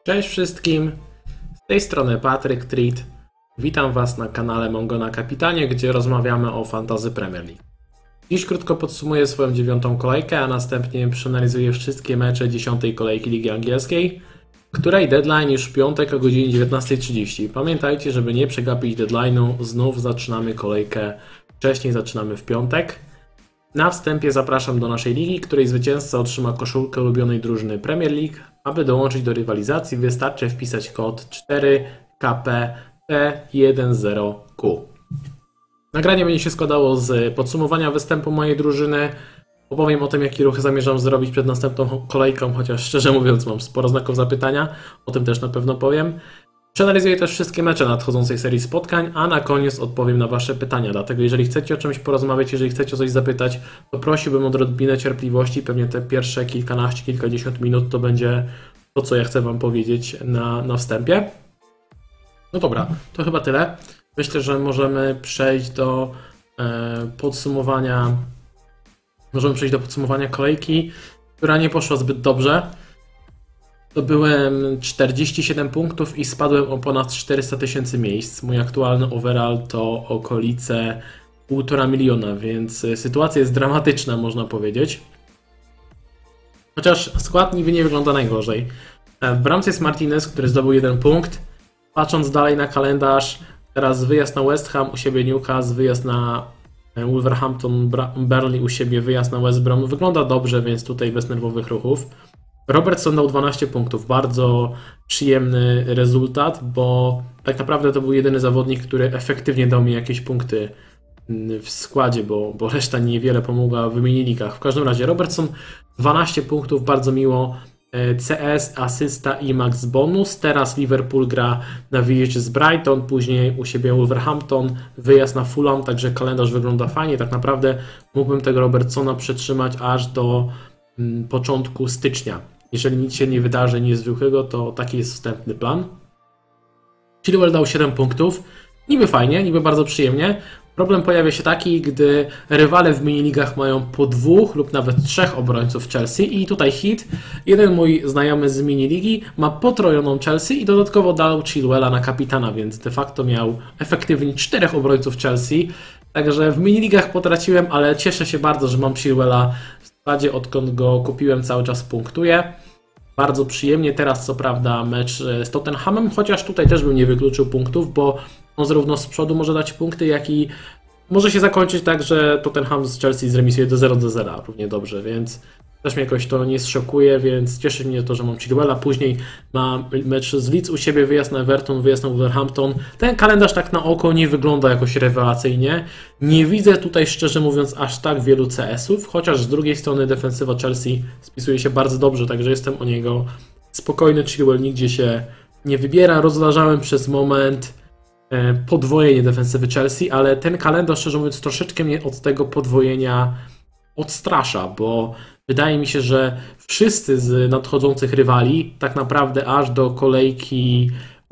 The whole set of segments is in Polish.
Cześć wszystkim, z tej strony Patryk Treat. Witam Was na kanale Mongo na Kapitanie, gdzie rozmawiamy o Fantasy Premier League. Dziś krótko podsumuję swoją 9. kolejkę, a następnie przeanalizuję wszystkie mecze 10. kolejki Ligi Angielskiej, której deadline już w piątek o godzinie 19:30. Pamiętajcie, żeby nie przegapić deadline'u, znów zaczynamy kolejkę wcześniej, zaczynamy w piątek. Na wstępie zapraszam do naszej ligi, której zwycięzca otrzyma koszulkę ulubionej drużyny Premier League. Aby dołączyć do rywalizacji, wystarczy wpisać kod 4KPP10Q. Nagranie będzie się składało z podsumowania występu mojej drużyny. Opowiem o tym, jakie ruchy zamierzam zrobić przed następną kolejką, chociaż szczerze mówiąc mam sporo znaków zapytania, o tym też na pewno powiem. Przeanalizuję też wszystkie mecze nadchodzącej serii spotkań, a na koniec odpowiem na Wasze pytania. Dlatego jeżeli chcecie o czymś porozmawiać, jeżeli chcecie o coś zapytać, to prosiłbym o odrobinę cierpliwości. Pewnie te pierwsze kilkadziesiąt minut to będzie to, co ja chcę Wam powiedzieć na wstępie. No dobra, to chyba tyle. Myślę, że możemy przejść do podsumowania. Możemy przejść do podsumowania kolejki, która nie poszła zbyt dobrze. Zdobyłem 47 punktów i spadłem o ponad 400 000 miejsc. Mój aktualny overall to okolice 1,5 miliona, więc sytuacja jest dramatyczna, można powiedzieć. Chociaż skład niby nie wygląda najgorzej. W bramce jest Martinez, który zdobył 1 punkt. Patrząc dalej na kalendarz, teraz wyjazd na West Ham, u siebie Newcastle, wyjazd na Wolverhampton, Burnley u siebie, wyjazd na West Brom. Wygląda dobrze, więc tutaj bez nerwowych ruchów. Robertson dał 12 punktów, bardzo przyjemny rezultat, bo tak naprawdę to był jedyny zawodnik, który efektywnie dał mi jakieś punkty w składzie, bo reszta niewiele pomogła w mini-ligach. W każdym razie Robertson 12 punktów, bardzo miło. CS, asysta i max bonus. Teraz Liverpool gra na wyjeździe z Brighton, później u siebie Wolverhampton, wyjazd na Fulham, także kalendarz wygląda fajnie. Tak naprawdę mógłbym tego Robertsona przetrzymać aż do początku stycznia. Jeżeli nic się nie wydarzy niezwykłego, to taki jest wstępny plan. Chilwell dał 7 punktów. Niby fajnie, niby bardzo przyjemnie. Problem pojawia się taki, gdy rywale w miniligach mają po 2 lub nawet 3 obrońców Chelsea i tutaj hit. Jeden mój znajomy z miniligi ma potrojoną Chelsea i dodatkowo dał Chilwella na kapitana, więc de facto miał efektywnie 4 obrońców Chelsea. Także w miniligach potraciłem, ale cieszę się bardzo, że mam Chilwella w składzie, odkąd go kupiłem, cały czas punktuję. Bardzo przyjemnie. Teraz co prawda mecz z Tottenhamem, chociaż tutaj też bym nie wykluczył punktów, bo on zarówno z przodu może dać punkty, jak i może się zakończyć tak, że Tottenham z Chelsea zremisuje do 0-0 równie dobrze, więc też mnie jakoś to nie zszokuje, więc cieszy mnie to, że mam Chilwella. Później ma mecz z Leeds u siebie, wyjazd na Everton, wyjazd na Wolverhampton. Ten kalendarz tak na oko nie wygląda jakoś rewelacyjnie. Nie widzę tutaj, szczerze mówiąc, aż tak wielu CS-ów, chociaż z drugiej strony defensywa Chelsea spisuje się bardzo dobrze, także jestem o niego spokojny. Chilwell nigdzie się nie wybiera. Rozważałem przez moment podwojenie defensywy Chelsea, ale ten kalendarz, szczerze mówiąc, troszeczkę mnie od tego podwojenia odstrasza, bo wydaje mi się, że wszyscy z nadchodzących rywali, tak naprawdę aż do kolejki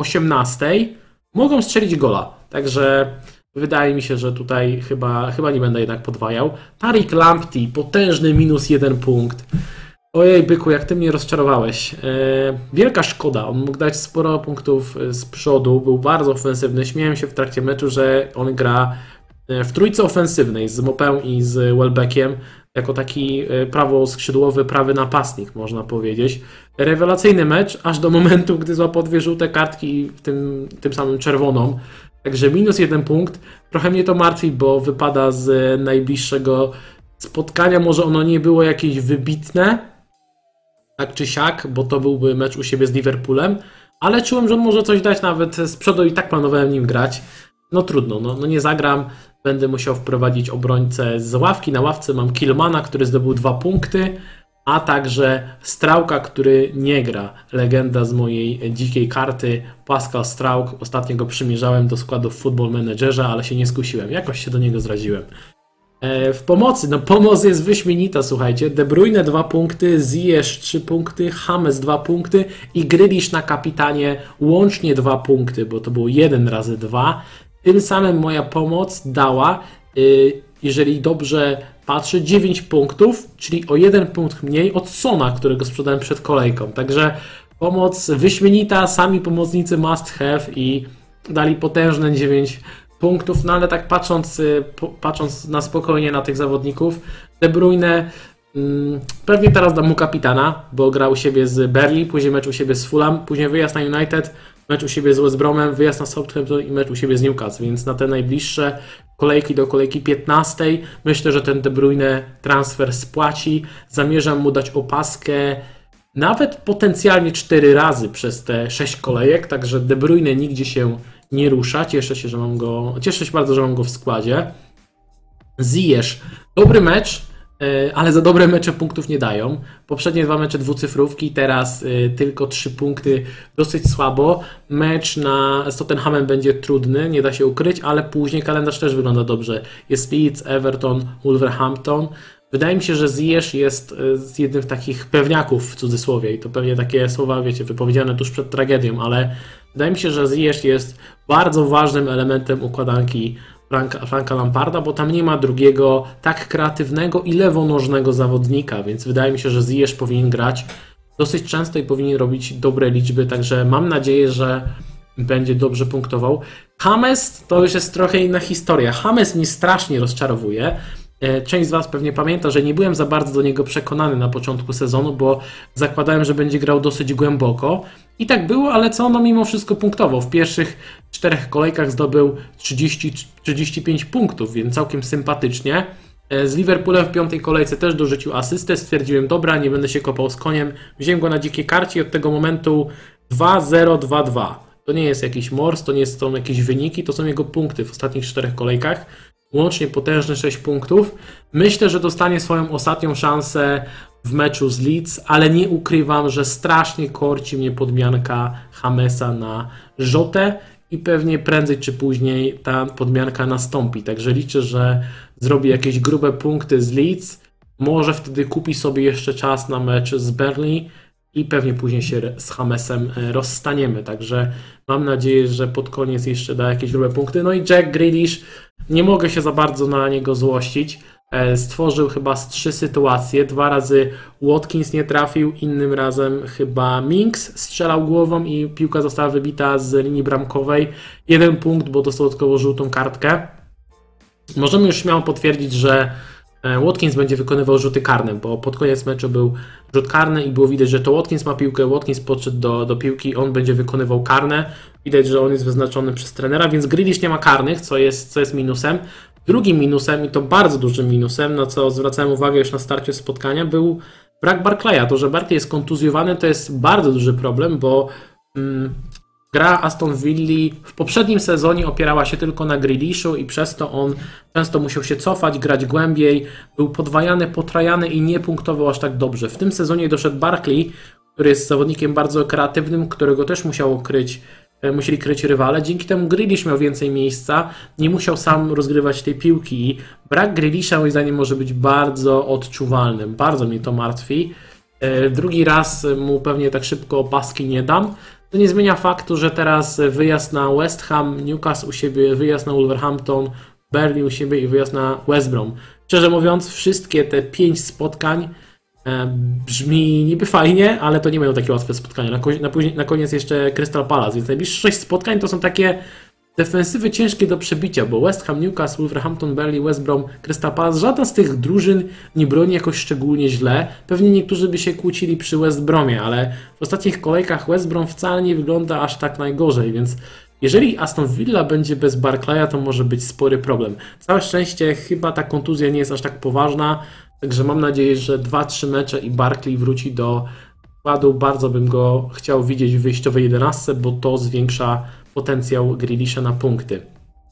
18, mogą strzelić gola. Także wydaje mi się, że tutaj chyba nie będę jednak podwajał. Tariq Lamptey, potężny minus 1 punkt. Ojej, byku, jak ty mnie rozczarowałeś. Wielka szkoda, on mógł dać sporo punktów z przodu, był bardzo ofensywny. Śmiałem się w trakcie meczu, że on gra w trójce ofensywnej z Mopę i z Welbeckiem, jako taki prawoskrzydłowy, prawy napastnik, można powiedzieć. Rewelacyjny mecz, aż do momentu, gdy złapał 2 żółte kartki, tym samym czerwoną. Także minus 1 punkt. Trochę mnie to martwi, bo wypada z najbliższego spotkania. Może ono nie było jakieś wybitne, tak czy siak, bo to byłby mecz u siebie z Liverpoolem, ale czułem, że on może coś dać nawet z przodu i tak planowałem nim grać. No trudno, no nie zagram. Będę musiał wprowadzić obrońcę z ławki. Na ławce mam Kilmana, który zdobył 2 punkty, a także Strauka, który nie gra. Legenda z mojej dzikiej karty, Pascal Strauk. Ostatnio go przymierzałem do składu w Football Managerze, ale się nie skusiłem. Jakoś się do niego zraziłem. W pomocy, no pomoc jest wyśmienita, słuchajcie. De Bruyne 2 punkty, Ziyech 3 punkty, James 2 punkty i Grealish na kapitanie łącznie 2 punkty, bo to było 1 razy 2. Tym samym moja pomoc dała, jeżeli dobrze patrzę, 9 punktów, czyli o 1 punkt mniej od Sona, którego sprzedałem przed kolejką. Także Pomoc wyśmienita, sami pomocnicy must have i dali potężne 9 punktów, no ale tak patrząc na spokojnie na tych zawodników, De Bruyne pewnie teraz dam mu kapitana, bo grał u siebie z Burnley, później mecz u siebie z Fulham, później wyjazd na United, mecz u siebie z West Bromem, wyjazd na Southampton i mecz u siebie z Newcastle, więc na te najbliższe kolejki do kolejki 15 myślę, że ten De Bruyne transfer spłaci. Zamierzam mu dać opaskę nawet potencjalnie 4 razy przez te 6 kolejek, także De Bruyne nigdzie się nie rusza. Cieszę się bardzo, że mam go w składzie. Ziyech, dobry mecz, ale za dobre mecze punktów nie dają. Poprzednie 2 mecze dwucyfrówki, teraz tylko 3 punkty, dosyć słabo. Mecz z Tottenhamem będzie trudny, nie da się ukryć, ale później kalendarz też wygląda dobrze. Jest Leeds, Everton, Wolverhampton. Wydaje mi się, że Ziyech jest jednym z takich pewniaków w cudzysłowie i to pewnie takie słowa, wiecie, wypowiedziane tuż przed tragedią, ale wydaje mi się, że Ziyech jest bardzo ważnym elementem układanki Franka Lamparda, bo tam nie ma drugiego tak kreatywnego i lewonożnego zawodnika, więc wydaje mi się, że Ziyech powinien grać dosyć często i powinien robić dobre liczby, także mam nadzieję, że będzie dobrze punktował. James to już jest trochę inna historia. James mnie strasznie rozczarowuje. Część z Was pewnie pamięta, że nie byłem za bardzo do niego przekonany na początku sezonu, bo zakładałem, że będzie grał dosyć głęboko. I tak było, ale co? No mimo wszystko punktował. W pierwszych 4 kolejkach zdobył 35 punktów, więc całkiem sympatycznie. Z Liverpoolem w 5. kolejce też dorzucił asystę. Stwierdziłem, dobra, nie będę się kopał z koniem. Wziąłem go na dzikiej karcie i od tego momentu 2-0-2-2. To nie jest jakiś mors, to nie są jakieś wyniki, to są jego punkty w ostatnich 4 kolejkach. Łącznie potężne 6 punktów. Myślę, że dostanie swoją ostatnią szansę w meczu z Leeds, ale nie ukrywam, że strasznie korci mnie podmianka Jamesa na Jotę i pewnie prędzej czy później ta podmianka nastąpi. Także liczę, że zrobi jakieś grube punkty z Leeds. Może wtedy kupi sobie jeszcze czas na mecz z Burnley i pewnie później się z Jamesem rozstaniemy. Także mam nadzieję, że pod koniec jeszcze da jakieś grube punkty. No i Jack Grealish, nie mogę się za bardzo na niego złościć. Stworzył chyba z 3 sytuacje. 2 razy Watkins nie trafił, innym razem chyba Minks strzelał głową i piłka została wybita z linii bramkowej. 1 punkt, bo dostał dodatkowo żółtą kartkę. Możemy już śmiało potwierdzić, że Watkins będzie wykonywał rzuty karne, bo pod koniec meczu był rzut karny i było widać, że to Watkins ma piłkę, Watkins podszedł do piłki, on będzie wykonywał karne. Widać, że on jest wyznaczony przez trenera, więc Grealish nie ma karnych, co jest minusem. Drugim minusem, i to bardzo dużym minusem, na co zwracałem uwagę już na starcie spotkania, był brak Barclaya. To, że Barkley jest kontuzjowany, to jest bardzo duży problem, bo gra Aston Villa w poprzednim sezonie opierała się tylko na Grealishu i przez to on często musiał się cofać, grać głębiej, był podwajany, potrajany i nie punktował aż tak dobrze. W tym sezonie doszedł Barkley, który jest zawodnikiem bardzo kreatywnym, którego też musieli kryć rywale. Dzięki temu Grealish miał więcej miejsca, nie musiał sam rozgrywać tej piłki i brak Grealisha moim zdaniem może być bardzo odczuwalnym. Bardzo mnie to martwi. Drugi raz mu pewnie tak szybko opaski nie dam. To nie zmienia faktu, że teraz wyjazd na West Ham, Newcastle u siebie, wyjazd na Wolverhampton, Burnley u siebie i wyjazd na West Brom. Szczerze mówiąc, wszystkie te 5 spotkań brzmi niby fajnie, ale to nie będą takie łatwe spotkania. Na koniec jeszcze Crystal Palace, więc najbliższe 6 spotkań to są takie defensywy ciężkie do przebicia, bo West Ham, Newcastle, Wolverhampton, Burnley, West Brom, Crystal Palace, żadna z tych drużyn nie broni jakoś szczególnie źle. Pewnie niektórzy by się kłócili przy West Bromie, ale w ostatnich kolejkach West Brom wcale nie wygląda aż tak najgorzej, więc jeżeli Aston Villa będzie bez Barclaya, to może być spory problem. Całe szczęście chyba ta kontuzja nie jest aż tak poważna, także mam nadzieję, że 2-3 mecze i Barkley wróci do składu. Bardzo bym go chciał widzieć w wyjściowej 11, bo to zwiększa potencjał Grealisha na punkty.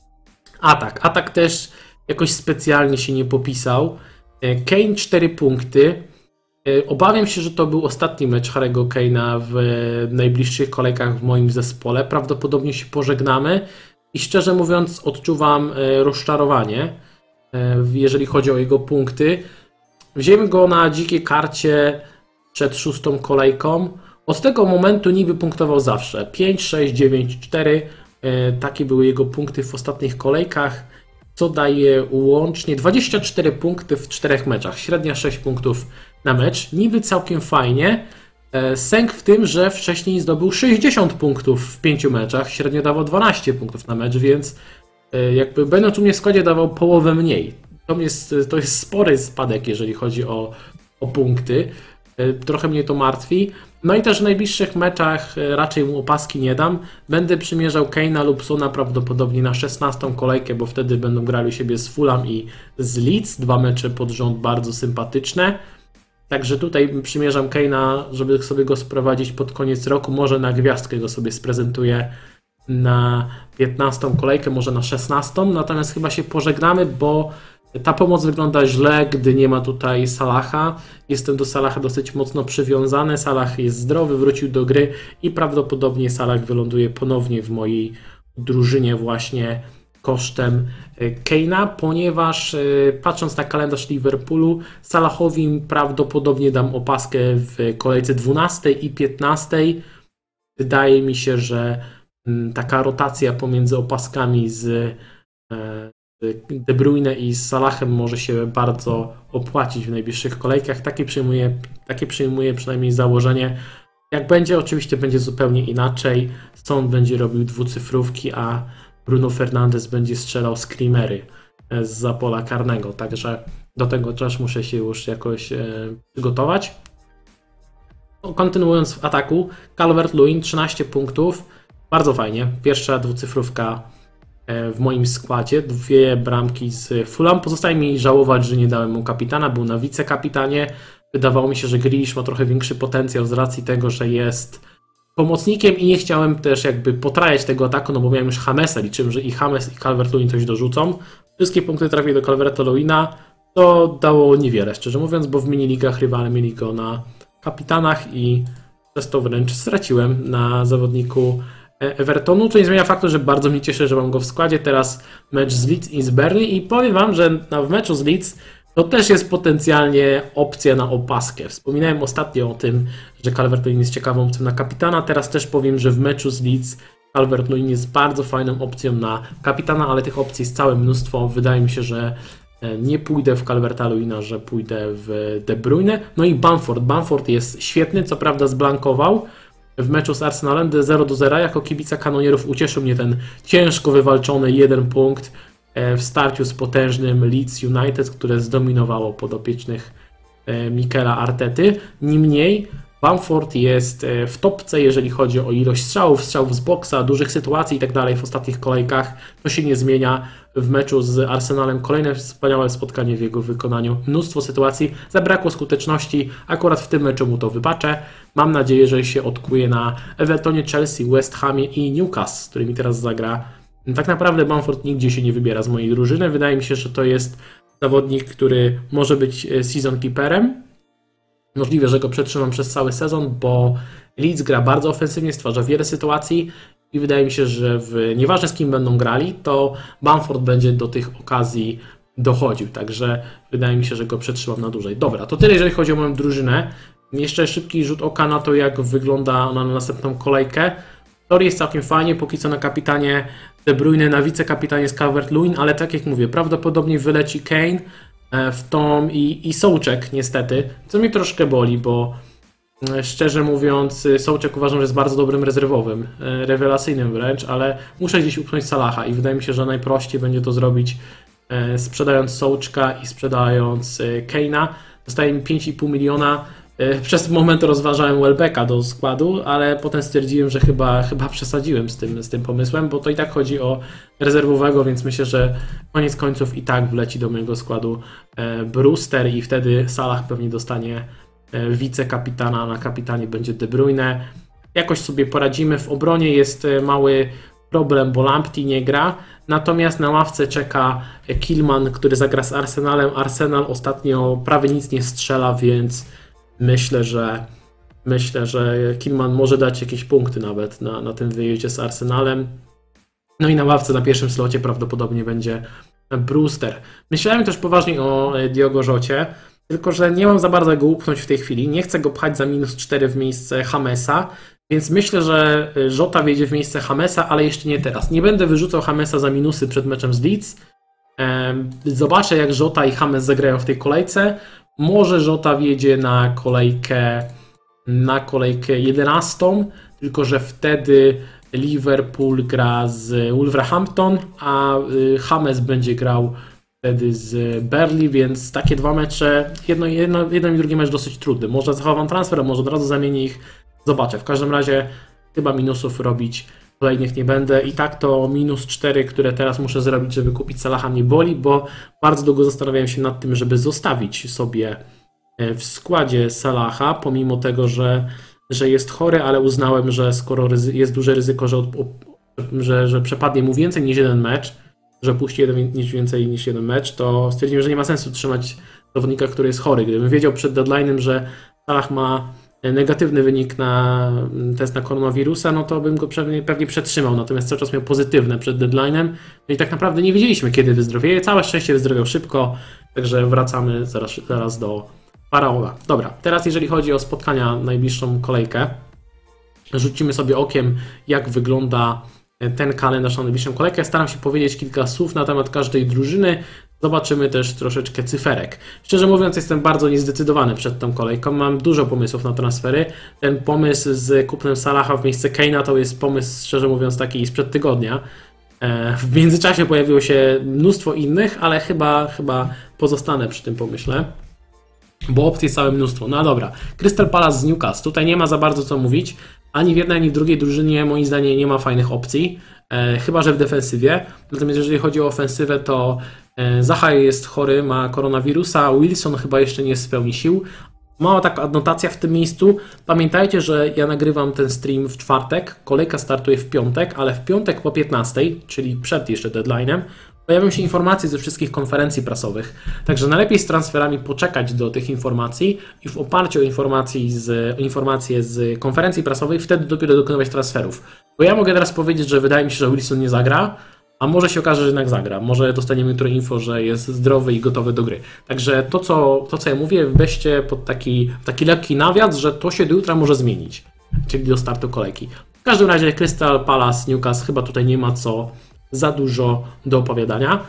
Atak też jakoś specjalnie się nie popisał. Kane 4 punkty. Obawiam się, że to był ostatni mecz Harry'ego Kane'a w najbliższych kolejkach w moim zespole. Prawdopodobnie się pożegnamy i szczerze mówiąc odczuwam rozczarowanie, jeżeli chodzi o jego punkty. Wzięliśmy go na dzikiej karcie przed 6. kolejką. Od tego momentu niby punktował zawsze. 5, 6, 9, 4. Takie były jego punkty w ostatnich kolejkach, co daje łącznie 24 punkty w 4 meczach. Średnia 6 punktów na mecz. Niby całkiem fajnie, Sęk w tym, że wcześniej zdobył 60 punktów w 5 meczach, średnio dawał 12 punktów na mecz, więc jakby będąc u mnie w składzie dawał połowę mniej. To jest spory spadek, jeżeli chodzi o punkty. Trochę mnie to martwi. No i też w najbliższych meczach raczej mu opaski nie dam. Będę przymierzał Kane'a lub Sona prawdopodobnie na 16. kolejkę, bo wtedy będą grali siebie z Fulham i z Leeds. 2 mecze pod rząd bardzo sympatyczne. Także tutaj przymierzam Kane'a, żeby sobie go sprowadzić pod koniec roku. Może na gwiazdkę go sobie sprezentuję na 15. kolejkę, może na 16. Natomiast chyba się pożegnamy, bo ta pomoc wygląda źle, gdy nie ma tutaj Salaha. Jestem do Salaha dosyć mocno przywiązany. Salah jest zdrowy, wrócił do gry i prawdopodobnie Salah wyląduje ponownie w mojej drużynie właśnie kosztem Kane'a, ponieważ patrząc na kalendarz Liverpoolu, Salahowi prawdopodobnie dam opaskę w kolejce 12 i 15. Wydaje mi się, że taka rotacja pomiędzy opaskami z De Bruyne i z Salahem może się bardzo opłacić w najbliższych kolejkach. Takie przyjmuję przynajmniej założenie. Jak będzie, oczywiście będzie zupełnie inaczej. Son będzie robił dwucyfrówki, a Bruno Fernandes będzie strzelał screamery zza pola karnego. Także do tego też muszę się już jakoś przygotować. Kontynuując w ataku, Calvert-Lewin 13 punktów. Bardzo fajnie. Pierwsza dwucyfrówka w moim składzie. 2 bramki z Fulham. Pozostaje mi żałować, że nie dałem mu kapitana. Był na wicekapitanie. Wydawało mi się, że Grealish ma trochę większy potencjał z racji tego, że jest pomocnikiem i nie chciałem też jakby potrajać tego ataku, no bo miałem już Jamesa. Liczyłem, że i James i Calvert-Lewin coś dorzucą. Wszystkie punkty trafiły do Calvert-Lewina. To dało niewiele, szczerze mówiąc, bo w miniligach rywale mieli go na kapitanach i przez to wręcz straciłem na zawodniku Evertonu, co nie zmienia faktu, że bardzo mnie cieszy, że mam go w składzie. Teraz mecz z Leeds i z Burnley i powiem wam, że w meczu z Leeds to też jest potencjalnie opcja na opaskę. Wspominałem ostatnio o tym, że Calvert-Lewin jest ciekawą opcją na kapitana. Teraz też powiem, że w meczu z Leeds Calvert-Lewin jest bardzo fajną opcją na kapitana, ale tych opcji jest całe mnóstwo. Wydaje mi się, że nie pójdę w Calvert-Lewina, że pójdę w De Bruyne. No i Bamford. Bamford jest świetny, co prawda zblankował w meczu z Arsenalem 0-0. Jako kibica kanonierów ucieszył mnie ten ciężko wywalczony 1 punkt w starciu z potężnym Leeds United, które zdominowało podopiecznych Mikela Artety. Niemniej Bamford jest w topce, jeżeli chodzi o ilość strzałów z boksa, dużych sytuacji i tak dalej w ostatnich kolejkach. To się nie zmienia. W meczu z Arsenalem kolejne wspaniałe spotkanie w jego wykonaniu. Mnóstwo sytuacji, zabrakło skuteczności. Akurat w tym meczu mu to wybaczę. Mam nadzieję, że się odkuje na Evertonie, Chelsea, West Hamie i Newcastle, z którymi teraz zagra. Tak naprawdę Bamford nigdzie się nie wybiera z mojej drużyny. Wydaje mi się, że to jest zawodnik, który może być season keeperem. Możliwe, że go przetrzymam przez cały sezon, bo Leeds gra bardzo ofensywnie, stwarza wiele sytuacji i wydaje mi się, że nieważne z kim będą grali, to Bamford będzie do tych okazji dochodził. Także wydaje mi się, że go przetrzymam na dłużej. Dobra, to tyle jeżeli chodzi o moją drużynę. Jeszcze szybki rzut oka na to, jak wygląda ona na następną kolejkę. Teoria jest całkiem fajnie, póki co na kapitanie De Bruyne, na wicekapitanie jest Calvert-Lewin, ale tak jak mówię, prawdopodobnie wyleci Kane w tą i Souček niestety, co mnie troszkę boli, bo szczerze mówiąc Souček uważam, że jest bardzo dobrym rezerwowym, rewelacyjnym wręcz, ale muszę gdzieś upchnąć Salaha i wydaje mi się, że najprościej będzie to zrobić sprzedając Součka i sprzedając Kane'a. Dostaje mi 5,5 miliona. Przez moment rozważałem Welbecka do składu, ale potem stwierdziłem, że chyba przesadziłem z tym pomysłem, bo to i tak chodzi o rezerwowego, więc myślę, że koniec końców i tak wleci do mojego składu Brewster i wtedy Salah pewnie dostanie wicekapitana, a na kapitanie będzie De Bruyne. Jakoś sobie poradzimy. W obronie jest mały problem, bo Lamptey nie gra, natomiast na ławce czeka Kilman, który zagra z Arsenalem. Arsenal ostatnio prawie nic nie strzela, więc myślę, że Kilman może dać jakieś punkty nawet na tym wyjeździe z Arsenalem. No i na ławce na pierwszym slocie prawdopodobnie będzie Brewster. Myślałem też poważnie o Diogo Jocie, tylko że nie mam za bardzo go upchnąć w tej chwili. Nie chcę go pchać za -4 w miejsce Jamesa, więc myślę, że Jota wjedzie w miejsce Jamesa, ale jeszcze nie teraz. Nie będę wyrzucał Jamesa za minusy przed meczem z Leeds. Zobaczę, jak Jota i James zagrają w tej kolejce. Może Jota wjedzie na kolejkę na kolejkę 11, tylko że wtedy Liverpool gra z Wolverhampton, a James będzie grał wtedy z Burnley, więc takie dwa mecze, jeden i drugi mecz dosyć trudny. Może zachowam transfer, może od razu zamienię ich, zobaczę. W każdym razie chyba minusów robić kolejnych nie będę. I tak to -4, które teraz muszę zrobić, żeby kupić Salaha, mnie boli, bo bardzo długo zastanawiałem się nad tym, żeby zostawić sobie w składzie Salaha, pomimo tego, że jest chory, ale uznałem, że skoro jest duże ryzyko, że przepadnie mu więcej niż jeden mecz, że puści więcej niż jeden mecz, to stwierdziłem, że nie ma sensu trzymać zawodnika, który jest chory. Gdybym wiedział przed deadline'em, że Salah ma negatywny wynik na test na koronawirusa, no to bym go pewnie przetrzymał, natomiast cały czas miał pozytywne przed deadline'em, no i tak naprawdę nie wiedzieliśmy, kiedy wyzdrowieje. Całe szczęście wyzdrowiał szybko, także wracamy zaraz do Faraona. Dobra, teraz jeżeli chodzi o spotkania, najbliższą kolejkę, rzucimy sobie okiem, jak wygląda ten kalendarz na najbliższą kolejkę. Staram się powiedzieć kilka słów na temat każdej drużyny. Zobaczymy też troszeczkę cyferek. Szczerze mówiąc, jestem bardzo niezdecydowany przed tą kolejką. Mam dużo pomysłów na transfery. Ten pomysł z kupnem Salaha w miejsce Kane'a to jest pomysł, szczerze mówiąc, taki sprzed tygodnia. W międzyczasie pojawiło się mnóstwo innych, ale chyba pozostanę przy tym pomyśle, bo opcji jest całe mnóstwo. No dobra, Crystal Palace z Newcastle. Tutaj nie ma za bardzo co mówić. Ani w jednej, ani w drugiej drużynie moim zdaniem nie ma fajnych opcji, chyba że w defensywie. Natomiast jeżeli chodzi o ofensywę, to Zaha jest chory, ma koronawirusa, Wilson chyba jeszcze nie jest w pełni sił. Mała taka adnotacja w tym miejscu. Pamiętajcie, że ja nagrywam ten stream w czwartek, kolejka startuje w piątek, ale w piątek po 15, czyli przed jeszcze deadline'em, pojawią się informacje ze wszystkich konferencji prasowych. Także najlepiej z transferami poczekać do tych informacji i w oparciu o informacje z konferencji prasowej wtedy dopiero dokonywać transferów. Bo ja mogę teraz powiedzieć, że wydaje mi się, że Wilson nie zagra, a może się okaże, że jednak zagra. Może dostaniemy jutro info, że jest zdrowy i gotowy do gry. Także to, co ja mówię, weźcie pod taki lekki nawias, że to się do jutra może zmienić, czyli do startu kolejki. W każdym razie Crystal Palace, Newcastle, chyba tutaj nie ma co za dużo do opowiadania.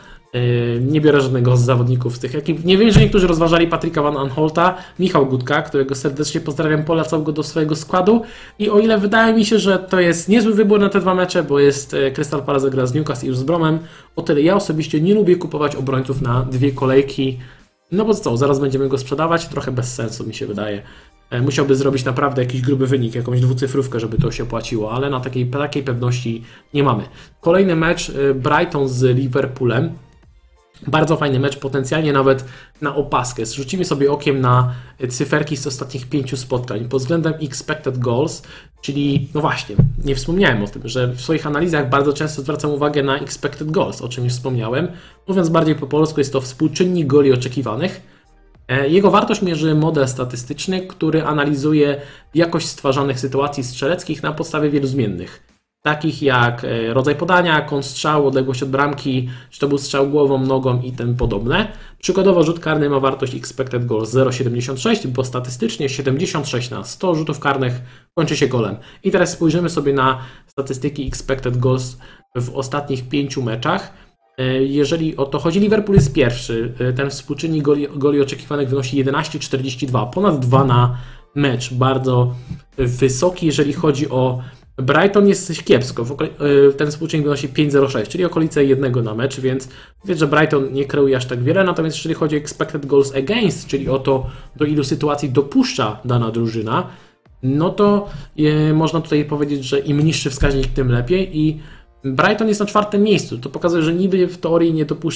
Nie biorę żadnego z zawodników z tych ekip. Nie wiem, że niektórzy rozważali Patryka Van Aanholta, Michał Gutka, którego serdecznie pozdrawiam, polecał go do swojego składu i o ile wydaje mi się, że to jest niezły wybór na te dwa mecze, bo jest Crystal Palace gra z Newcastle i już z Bromem, o tyle ja osobiście nie lubię kupować obrońców na dwie kolejki, no bo co, zaraz będziemy go sprzedawać, trochę bez sensu mi się wydaje. Musiałby zrobić naprawdę jakiś gruby wynik, jakąś dwucyfrówkę, żeby to się płaciło, ale na takiej pewności nie mamy. Kolejny mecz Brighton z Liverpoolem. Bardzo fajny mecz, potencjalnie nawet na opaskę. Zrzucimy sobie okiem na cyferki z ostatnich 5 spotkań. Pod względem expected goals, czyli no właśnie, nie wspomniałem o tym, że w swoich analizach bardzo często zwracam uwagę na expected goals, o czym już wspomniałem. Mówiąc bardziej po polsku, jest to współczynnik goli oczekiwanych. Jego wartość mierzy model statystyczny, który analizuje jakość stwarzanych sytuacji strzeleckich na podstawie wielu zmiennych, takich jak rodzaj podania, kąt strzału, odległość od bramki, czy to był strzał głową, nogą i tym podobne. Przykładowo rzut karny ma wartość expected goals 0,76, bo statystycznie 76 na 100 rzutów karnych kończy się golem. I teraz spojrzymy sobie na statystyki expected goals w ostatnich 5 meczach. Jeżeli o to chodzi, Liverpool jest pierwszy. Ten współczynnik goli oczekiwanych wynosi 11,42, ponad 2 na mecz. Bardzo wysoki, jeżeli chodzi o Brighton, jest coś kiepsko. Ten współczynnik wynosi 5,06, czyli okolice 1 na mecz, więc widać, że Brighton nie kreuje aż tak wiele. Natomiast jeżeli chodzi o expected goals against, czyli o to, do ilu sytuacji dopuszcza dana drużyna, no to można tutaj powiedzieć, że im niższy wskaźnik, tym lepiej. I Brighton jest na 4. miejscu. To pokazuje, że niby w teorii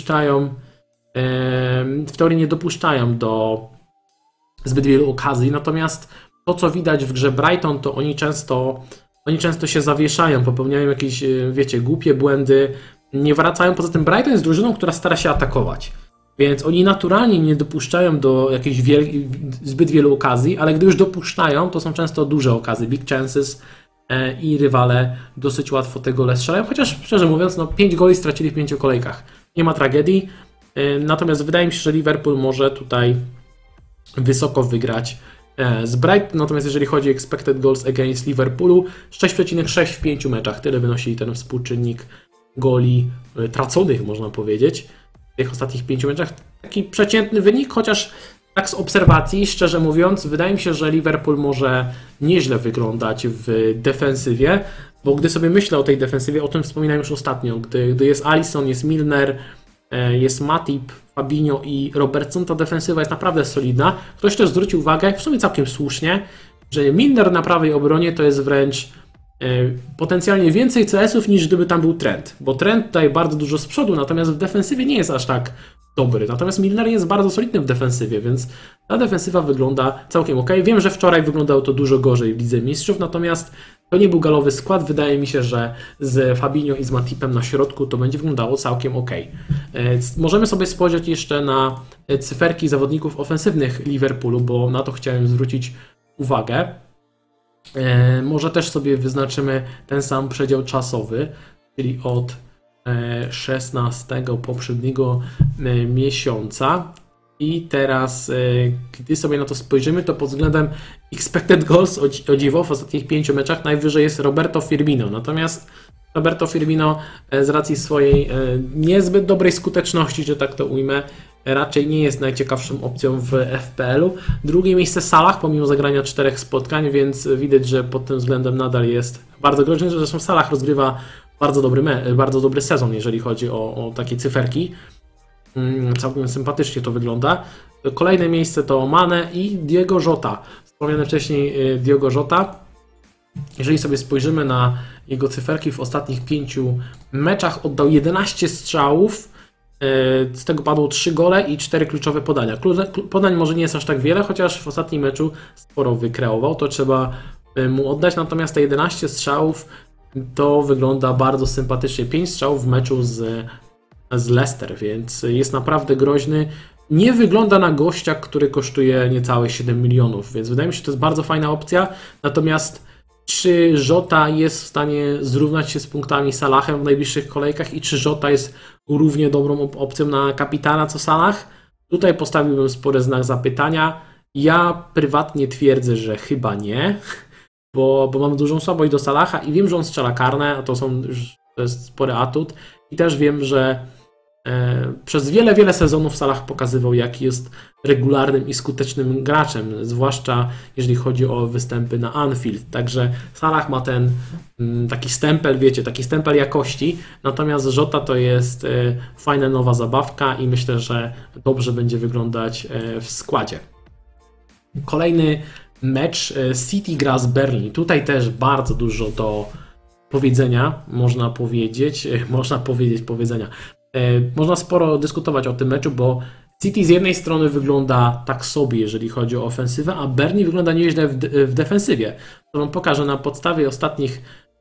nie dopuszczają do zbyt wielu okazji, natomiast to, co widać w grze Brighton, to oni często się zawieszają, popełniają jakieś, wiecie, głupie błędy, nie wracają. Poza tym Brighton jest drużyną, która stara się atakować, więc oni naturalnie nie dopuszczają do jakichś zbyt wielu okazji, ale gdy już dopuszczają, to są często duże okazje, big chances, i rywale dosyć łatwo te gole strzelają, chociaż szczerze mówiąc, 5 goli stracili w 5 kolejkach. Nie ma tragedii, natomiast wydaje mi się, że Liverpool może tutaj wysoko wygrać z Brighton. Natomiast jeżeli chodzi o expected goals against Liverpoolu, 6,6 w 5 meczach, tyle wynosi ten współczynnik goli traconych, można powiedzieć, w tych ostatnich 5 meczach. Taki przeciętny wynik, chociaż tak z obserwacji, szczerze mówiąc, wydaje mi się, że Liverpool może nieźle wyglądać w defensywie, bo gdy sobie myślę o tej defensywie, o tym wspominałem już ostatnio, gdy jest Alisson, jest Milner, jest Matip, Fabinho i Robertson, ta defensywa jest naprawdę solidna. Ktoś też zwrócił uwagę, w sumie całkiem słusznie, że Milner na prawej obronie to jest wręcz potencjalnie więcej CS-ów niż gdyby tam był Trent, bo Trent daje bardzo dużo z przodu, natomiast w defensywie nie jest aż tak dobry. Natomiast Milner jest bardzo solidny w defensywie, więc ta defensywa wygląda całkiem ok. Wiem, że wczoraj wyglądało to dużo gorzej w Lidze Mistrzów, natomiast to nie był galowy skład. Wydaje mi się, że z Fabinho i z Matipem na środku to będzie wyglądało całkiem ok. Możemy sobie spojrzeć jeszcze na cyferki zawodników ofensywnych Liverpoolu, bo na to chciałem zwrócić uwagę. Może też sobie wyznaczymy ten sam przedział czasowy, czyli od 16 poprzedniego miesiąca. I teraz, gdy sobie na to spojrzymy, to pod względem expected goals, o dziwo, w ostatnich 5 meczach najwyżej jest Roberto Firmino. Natomiast Roberto Firmino z racji swojej niezbyt dobrej skuteczności, że tak to ujmę, raczej nie jest najciekawszą opcją w FPL-u. Drugie miejsce Salah, pomimo zagrania 4 spotkań, więc widać, że pod tym względem nadal jest bardzo groźny. Zresztą Salah rozgrywa bardzo dobry sezon, jeżeli chodzi o takie cyferki. Całkiem sympatycznie to wygląda. Kolejne miejsce to Mane i Diogo Jota. Wspomniany wcześniej Diogo Jota. Jeżeli sobie spojrzymy na jego cyferki w ostatnich 5 meczach, oddał 11 strzałów, z tego padło 3 gole i 4 kluczowe podania. Podań może nie jest aż tak wiele, chociaż w ostatnim meczu sporo wykreował, to trzeba mu oddać, natomiast te 11 strzałów to wygląda bardzo sympatycznie. 5 strzałów w meczu z Leicester, więc jest naprawdę groźny. Nie wygląda na gościa, który kosztuje niecałe 7 milionów, więc wydaje mi się, że to jest bardzo fajna opcja. Natomiast czy Jota jest w stanie zrównać się z punktami Salahem w najbliższych kolejkach i czy Jota jest równie dobrą opcją na kapitana co Salah? Tutaj postawiłbym spory znak zapytania. Ja prywatnie twierdzę, że chyba nie, bo mam dużą słabość do Salaha i wiem, że on strzela karne, a to jest spory atut. I też wiem, że przez wiele sezonów Salah pokazywał, jaki jest regularnym i skutecznym graczem, zwłaszcza jeżeli chodzi o występy na Anfield. Także Salah ma ten taki stempel, wiecie, taki stempel jakości, natomiast Jota to jest fajna nowa zabawka i myślę, że dobrze będzie wyglądać w składzie. Kolejny mecz, City gra z Burnley. Tutaj też bardzo dużo do powiedzenia, można sporo dyskutować o tym meczu, bo City z jednej strony wygląda tak sobie, jeżeli chodzi o ofensywę, a Burnley wygląda nieźle w defensywie. To wam pokażę na podstawie ostatnich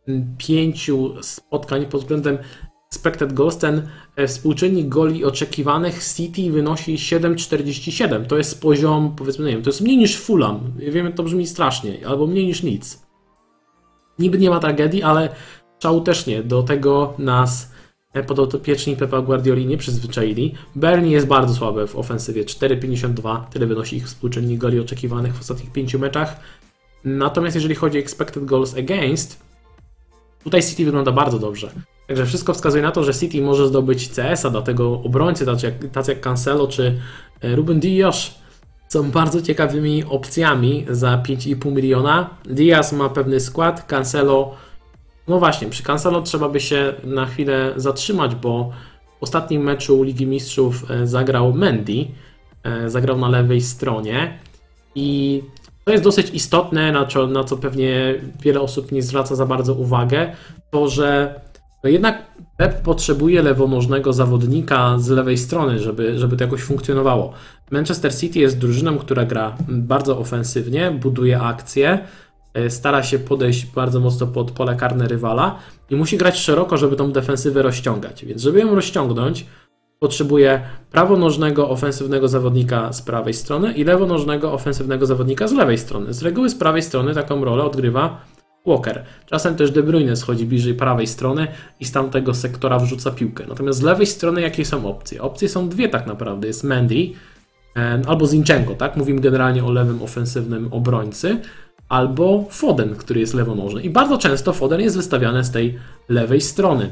5 spotkań pod względem expected goals. Ten współczynnik goli oczekiwanych City wynosi 7,47. To jest poziom, powiedzmy, nie wiem, to jest mniej niż Fulham. Wiemy, to brzmi strasznie, albo mniej niż nic. Niby nie ma tragedii, ale szału też nie. Do tego nas podopieczni Pepa Guardioli nie przyzwyczaili. Burnley jest bardzo słabe w ofensywie, 4,52, tyle wynosi ich współczynnik goli oczekiwanych w ostatnich 5 meczach. Natomiast jeżeli chodzi o expected goals against, tutaj City wygląda bardzo dobrze. Także wszystko wskazuje na to, że City może zdobyć CS-a, dlatego obrońcy tacy jak Cancelo czy Ruben Dias są bardzo ciekawymi opcjami za 5,5 miliona. Diaz ma pewny skład, Cancelo, no właśnie, przy Cancelo trzeba by się na chwilę zatrzymać, bo w ostatnim meczu Ligi Mistrzów zagrał Mendy, zagrał na lewej stronie i to jest dosyć istotne, na co pewnie wiele osób nie zwraca za bardzo uwagę, to że no jednak Pep potrzebuje lewonożnego zawodnika z lewej strony, żeby to jakoś funkcjonowało. Manchester City jest drużyną, która gra bardzo ofensywnie, buduje akcje, stara się podejść bardzo mocno pod pole karne rywala i musi grać szeroko, żeby tą defensywę rozciągać. Więc żeby ją rozciągnąć, potrzebuje prawonożnego ofensywnego zawodnika z prawej strony i lewonożnego ofensywnego zawodnika z lewej strony. Z reguły z prawej strony taką rolę odgrywa Walker. Czasem też De Bruyne schodzi bliżej prawej strony i z tamtego sektora wrzuca piłkę. Natomiast z lewej strony jakie są opcje? Opcje są dwie tak naprawdę. Jest Mendy albo Zinchenko, tak? Mówimy generalnie o lewym ofensywnym obrońcy, albo Foden, który jest lewonożny. I bardzo często Foden jest wystawiany z tej lewej strony.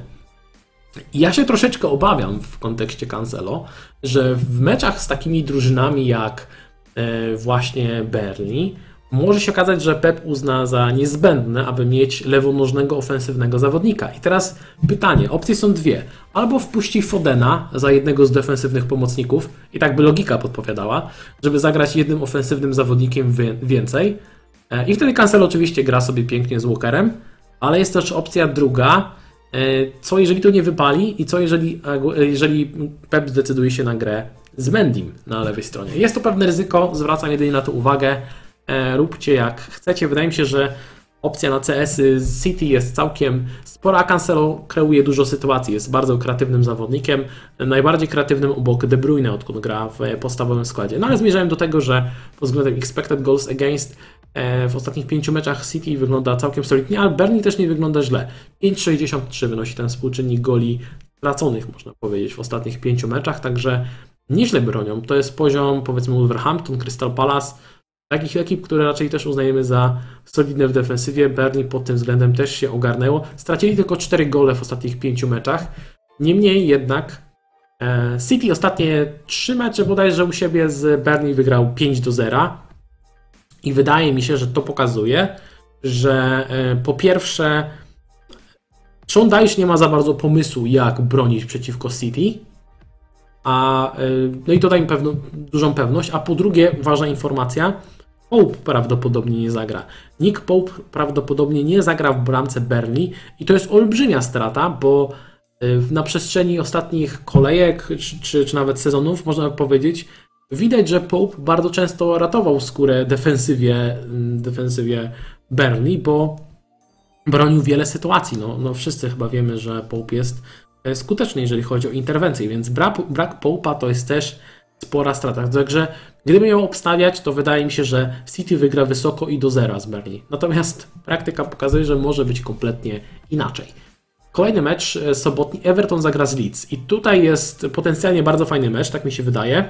I ja się troszeczkę obawiam w kontekście Cancelo, że w meczach z takimi drużynami jak właśnie Burnley, może się okazać, że Pep uzna za niezbędne, aby mieć lewonożnego, ofensywnego zawodnika. I teraz pytanie, opcje są dwie. Albo wpuści Fodena za jednego z defensywnych pomocników, i tak by logika podpowiadała, żeby zagrać jednym ofensywnym zawodnikiem więcej. I wtedy Cancelo oczywiście gra sobie pięknie z Walkerem, ale jest też opcja druga, co jeżeli to nie wypali i co jeżeli Pep zdecyduje się na grę z Mendym na lewej stronie. Jest to pewne ryzyko, zwracam jedynie na to uwagę. Róbcie jak chcecie. Wydaje mi się, że opcja na CS-y z City jest całkiem spora, a Cancelo kreuje dużo sytuacji. Jest bardzo kreatywnym zawodnikiem. Najbardziej kreatywnym obok De Bruyne, odkąd gra w podstawowym składzie. No ale zmierzałem do tego, że pod względem expected goals against w ostatnich 5 meczach City wygląda całkiem solidnie, ale Burnley też nie wygląda źle. 5,63 wynosi ten współczynnik goli traconych, można powiedzieć, w ostatnich 5 meczach, także nieźle bronią. To jest poziom, powiedzmy, Wolverhampton, Crystal Palace, takich ekip, które raczej też uznajemy za solidne w defensywie. Burnley pod tym względem też się ogarnęło. Stracili tylko 4 gole w ostatnich 5 meczach. Niemniej jednak City ostatnie 3 mecze bodajże u siebie z Burnley wygrał 5-0. I wydaje mi się, że to pokazuje, że po pierwsze Sean Dyche nie ma za bardzo pomysłu, jak bronić przeciwko City. No i to daje mi dużą pewność. A po drugie, ważna informacja, Pope prawdopodobnie nie zagra. Nick Pope prawdopodobnie nie zagra w bramce Burnley i to jest olbrzymia strata, bo na przestrzeni ostatnich kolejek czy nawet sezonów, można powiedzieć, widać, że Pope bardzo często ratował skórę defensywie Burnley, bo bronił wiele sytuacji. No wszyscy chyba wiemy, że Pope jest skuteczny, jeżeli chodzi o interwencję, więc brak Pope'a to jest też spora strata. Także gdybym ją obstawiać, to wydaje mi się, że City wygra wysoko i do zera z Burnley. Natomiast praktyka pokazuje, że może być kompletnie inaczej. Kolejny mecz sobotni, Everton zagra z Leeds i tutaj jest potencjalnie bardzo fajny mecz, tak mi się wydaje,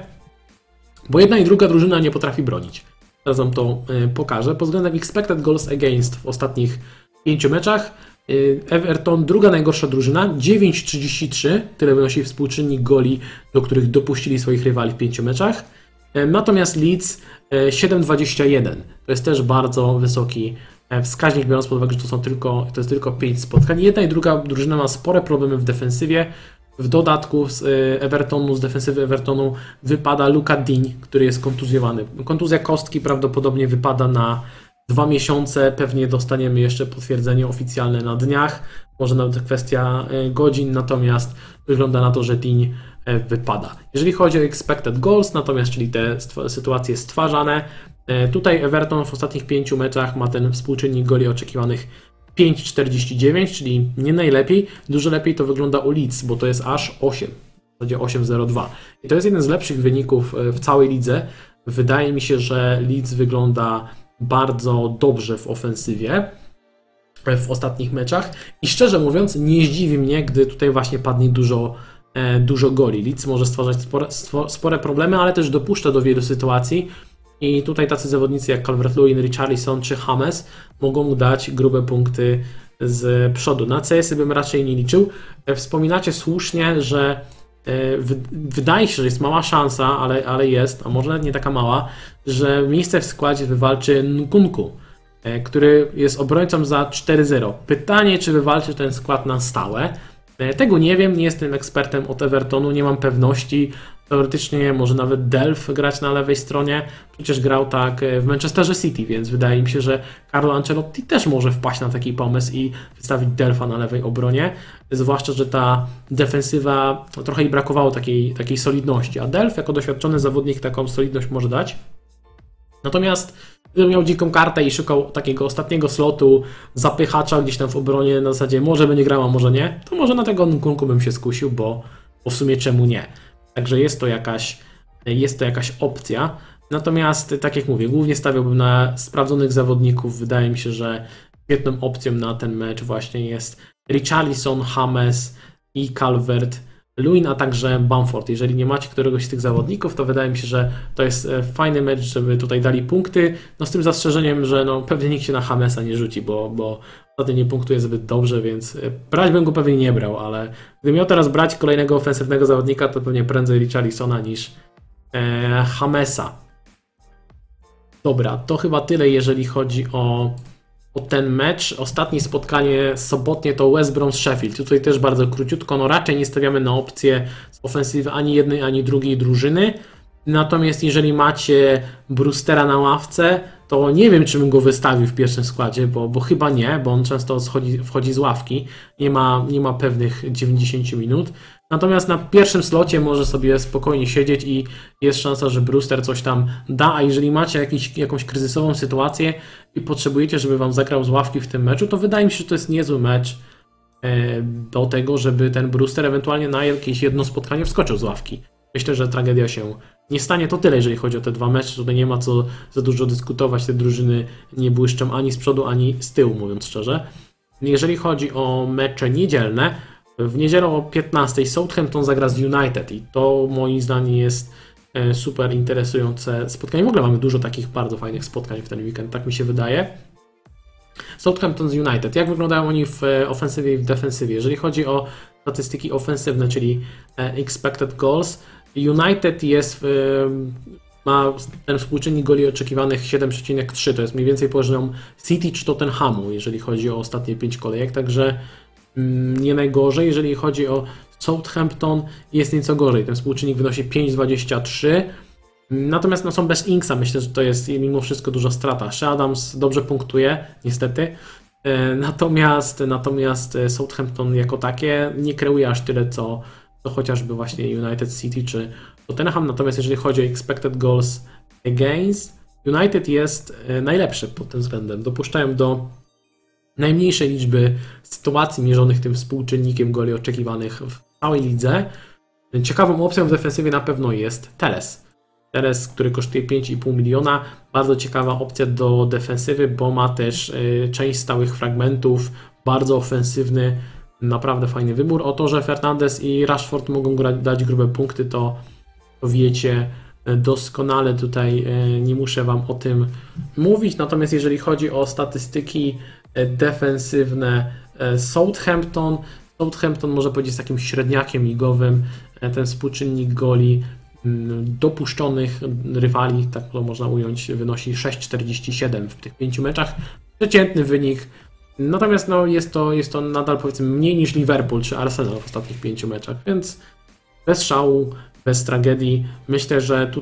bo jedna i druga drużyna nie potrafi bronić. Teraz wam to pokażę. Pod względem expected goals against w ostatnich 5 meczach Everton, druga najgorsza drużyna, 9,33, tyle wynosi współczynnik goli, do których dopuścili swoich rywali w 5 meczach. Natomiast Leeds 7,21. To jest też bardzo wysoki wskaźnik, biorąc pod uwagę, że to jest tylko 5 spotkań. Jedna i druga drużyna ma spore problemy w defensywie. W dodatku z defensywy Evertonu wypada Luka Digne, który jest kontuzjowany. Kontuzja kostki prawdopodobnie wypada na 2 miesiące, pewnie dostaniemy jeszcze potwierdzenie oficjalne na dniach, może nawet kwestia godzin, natomiast wygląda na to, że Digne wypada. Jeżeli chodzi o expected goals, natomiast czyli te sytuacje stwarzane, tutaj Everton w ostatnich 5 meczach ma ten współczynnik goli oczekiwanych 5,49, czyli nie najlepiej. Dużo lepiej to wygląda u Leeds, bo to jest aż 8, w zasadzie 8,02. I to jest jeden z lepszych wyników w całej lidze. Wydaje mi się, że Leeds wygląda bardzo dobrze w ofensywie w ostatnich meczach i szczerze mówiąc nie zdziwi mnie, gdy tutaj właśnie padnie dużo goli. Leeds może stwarzać spore problemy, ale też dopuszcza do wielu sytuacji i tutaj tacy zawodnicy jak Calvert-Lewin, Richarlison czy James mogą mu dać grube punkty z przodu. Na CS-y bym raczej nie liczył. Wspominacie słusznie, że wydaje się, że jest mała szansa, ale jest, a może nawet nie taka mała, że miejsce w składzie wywalczy Nkunku, który jest obrońcą za 4-0. Pytanie, czy wywalczy ten skład na stałe. Tego nie wiem, nie jestem ekspertem od Evertonu, nie mam pewności. Teoretycznie może nawet Delph grać na lewej stronie. Przecież grał tak w Manchesterze City, więc wydaje mi się, że Carlo Ancelotti też może wpaść na taki pomysł i wystawić Delpha na lewej obronie. Zwłaszcza, że ta defensywa, trochę jej brakowało takiej solidności, a Delph jako doświadczony zawodnik taką solidność może dać. Natomiast gdybym miał dziką kartę i szukał takiego ostatniego slotu, zapychacza gdzieś tam w obronie na zasadzie może będzie grał, a może nie, to może na tego Nkunku bym się skusił, bo w sumie czemu nie. Także jest to jakaś opcja. Natomiast tak jak mówię, głównie stawiałbym na sprawdzonych zawodników. Wydaje mi się, że świetną opcją na ten mecz właśnie jest Richarlison, James i Calvert-Lewin, a także Bamford. Jeżeli nie macie któregoś z tych zawodników, to wydaje mi się, że to jest fajny mecz, żeby tutaj dali punkty. No z tym zastrzeżeniem, że pewnie nikt się na Jamesa nie rzuci, bo wtedy nie punktuje zbyt dobrze, więc brać bym go pewnie nie brał, ale gdybym miał teraz brać kolejnego ofensywnego zawodnika, to pewnie prędzej Richarlisona niż Jamesa. Dobra, to chyba tyle, jeżeli chodzi o ten mecz. Ostatnie spotkanie sobotnie to West Brom z Sheffield. Tutaj też bardzo króciutko, no raczej nie stawiamy na opcję z ofensywy ani jednej, ani drugiej drużyny. Natomiast jeżeli macie Brewstera na ławce, to nie wiem, czy bym go wystawił w pierwszym składzie, bo chyba nie, bo on często wchodzi z ławki, nie ma pewnych 90 minut. Natomiast na pierwszym slocie może sobie spokojnie siedzieć i jest szansa, że Brewster coś tam da, a jeżeli macie jakąś kryzysową sytuację i potrzebujecie, żeby wam zagrał z ławki w tym meczu, to wydaje mi się, że to jest niezły mecz do tego, żeby ten Brewster ewentualnie na jakieś jedno spotkanie wskoczył z ławki. Myślę, że tragedia się nie stanie. To tyle, jeżeli chodzi o te dwa mecze. Tutaj nie ma co za dużo dyskutować. Te drużyny nie błyszczą ani z przodu, ani z tyłu, mówiąc szczerze. Jeżeli chodzi o mecze niedzielne, w niedzielę o 15 Southampton zagra z United i to moim zdaniem jest super interesujące spotkanie. W ogóle mamy dużo takich bardzo fajnych spotkań w ten weekend, tak mi się wydaje. Southampton z United. Jak wyglądają oni w ofensywie i w defensywie? Jeżeli chodzi o statystyki ofensywne, czyli expected goals, United ma ten współczynnik goli oczekiwanych 7,3, to jest mniej więcej poziom City czy Tottenhamu, jeżeli chodzi o ostatnie 5 kolejek, także nie najgorzej. Jeżeli chodzi o Southampton, jest nieco gorzej, ten współczynnik wynosi 5,23, natomiast są bez Inksa, myślę, że to jest mimo wszystko duża strata. Shea Adams dobrze punktuje, niestety, natomiast Southampton jako takie nie kreuje aż tyle, co chociażby właśnie United City czy Tottenham. Natomiast jeżeli chodzi o expected goals against, United jest najlepszy pod tym względem. Dopuszczają do najmniejszej liczby sytuacji mierzonych tym współczynnikiem goli oczekiwanych w całej lidze. Ciekawą opcją w defensywie na pewno jest Teles, który kosztuje 5,5 miliona. Bardzo ciekawa opcja do defensywy, bo ma też część stałych fragmentów, bardzo ofensywny, naprawdę fajny wybór. O to, że Fernandes i Rashford mogą dać grube punkty, to wiecie doskonale, tutaj nie muszę wam o tym mówić. Natomiast jeżeli chodzi o statystyki defensywne Southampton może powiedzieć z takim średniakiem ligowym. Ten współczynnik goli dopuszczonych rywali, tak to można ująć, wynosi 6,47 w tych 5 meczach. Przeciętny wynik. Natomiast jest to nadal, powiedzmy, mniej niż Liverpool czy Arsenal w ostatnich 5 meczach, więc bez szału, bez tragedii. Myślę,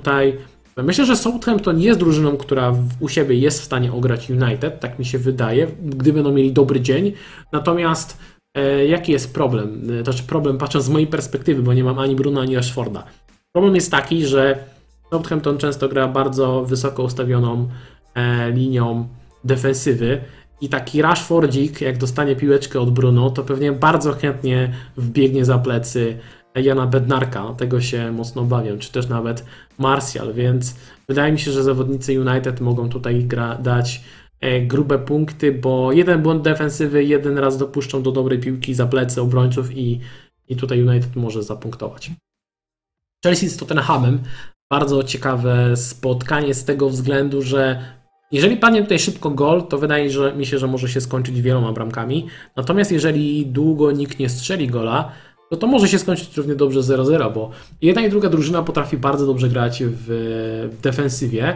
że Southampton jest drużyną, która u siebie jest w stanie ograć United, tak mi się wydaje, gdy będą mieli dobry dzień. Natomiast jaki jest problem? Znaczy problem, patrząc z mojej perspektywy, bo nie mam ani Bruna, ani Rashforda. Problem jest taki, że Southampton często gra bardzo wysoko ustawioną linią defensywy i taki Rashfordzik, jak dostanie piłeczkę od Bruno, to pewnie bardzo chętnie wbiegnie za plecy Jana Bednarka, tego się mocno obawiam, czy też nawet Martial, więc wydaje mi się, że zawodnicy United mogą tutaj dać grube punkty, bo jeden błąd defensywy, jeden raz dopuszczą do dobrej piłki za plecy obrońców i tutaj United może zapunktować. Chelsea z Tottenhamem, bardzo ciekawe spotkanie z tego względu, że jeżeli padnie tutaj szybko gol, to wydaje mi się, że może się skończyć wieloma bramkami, natomiast jeżeli długo nikt nie strzeli gola, to może się skończyć równie dobrze 0-0, bo jedna i druga drużyna potrafi bardzo dobrze grać w defensywie.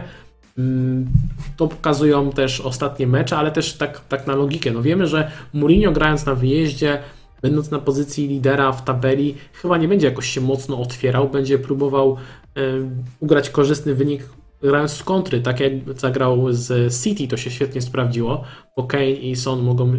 To pokazują też ostatnie mecze, ale też tak na logikę. No wiemy, że Mourinho grając na wyjeździe, będąc na pozycji lidera w tabeli, chyba nie będzie jakoś się mocno otwierał, będzie próbował ugrać korzystny wynik grając z kontry, tak jak zagrał z City, to się świetnie sprawdziło, bo Kane i Son mogą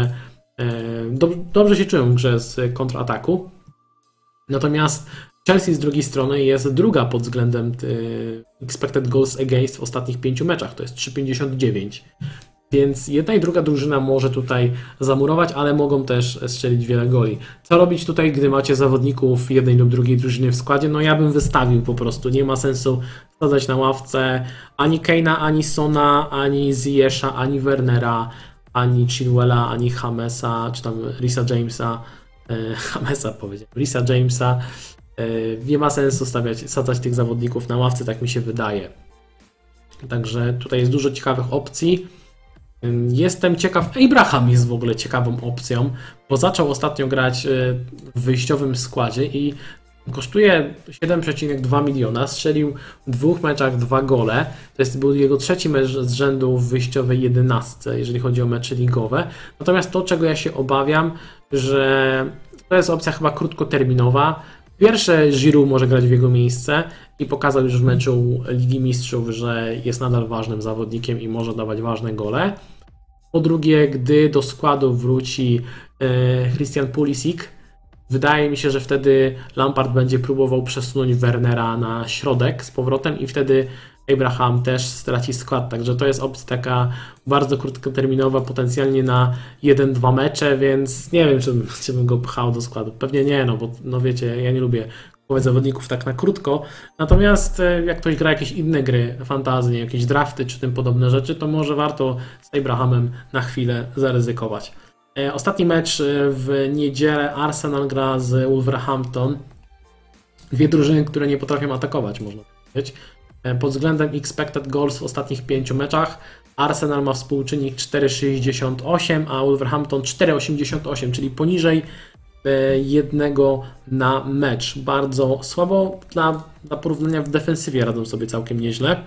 dobrze się czują w grze z kontrataku. Natomiast Chelsea z drugiej strony jest druga pod względem expected goals against w ostatnich 5 meczach, to jest 3,59. Więc jedna i druga drużyna może tutaj zamurować, ale mogą też strzelić wiele goli. Co robić tutaj, gdy macie zawodników jednej lub drugiej drużyny w składzie? No ja bym wystawił po prostu. Nie ma sensu stać na ławce ani Kane'a, ani Sona, ani Ziyesza, ani Wernera, ani Chilwella, ani Jamesa, czy tam Reesa Jamesa. Reesa Jamesa. Nie ma sensu sadzać tych zawodników na ławce, tak mi się wydaje. Także tutaj jest dużo ciekawych opcji. Jestem ciekaw, Abraham jest w ogóle ciekawą opcją, bo zaczął ostatnio grać w wyjściowym składzie i Kosztuje 7,2 miliona, strzelił w 2 meczach 2 gole. Był jego 3. mecz z rzędu w wyjściowej 11, jeżeli chodzi o mecze ligowe. Natomiast to, czego ja się obawiam, że to jest opcja chyba krótkoterminowa. Pierwsze, Giroud może grać w jego miejsce i pokazał już w meczu Ligi Mistrzów, że jest nadal ważnym zawodnikiem i może dawać ważne gole. Po drugie, gdy do składu wróci Christian Pulisic, wydaje mi się, że wtedy Lampard będzie próbował przesunąć Wernera na środek z powrotem i wtedy Abraham też straci skład. Także to jest opcja taka bardzo krótkoterminowa, potencjalnie na 1-2 mecze, więc nie wiem, czy bym go pchał do składu. Pewnie nie, no bo no wiecie, ja nie lubię kupować zawodników tak na krótko. Natomiast jak ktoś gra jakieś inne gry, fantazje, jakieś drafty czy tym podobne rzeczy, to może warto z Abrahamem na chwilę zaryzykować. Ostatni mecz w niedzielę Arsenal gra z Wolverhampton. Dwie drużyny, które nie potrafią atakować, można powiedzieć. Pod względem expected goals w ostatnich 5 meczach Arsenal ma współczynnik 4,68, a Wolverhampton 4,88, czyli poniżej 1 na mecz. Bardzo słabo, dla porównania w defensywie radzą sobie całkiem nieźle.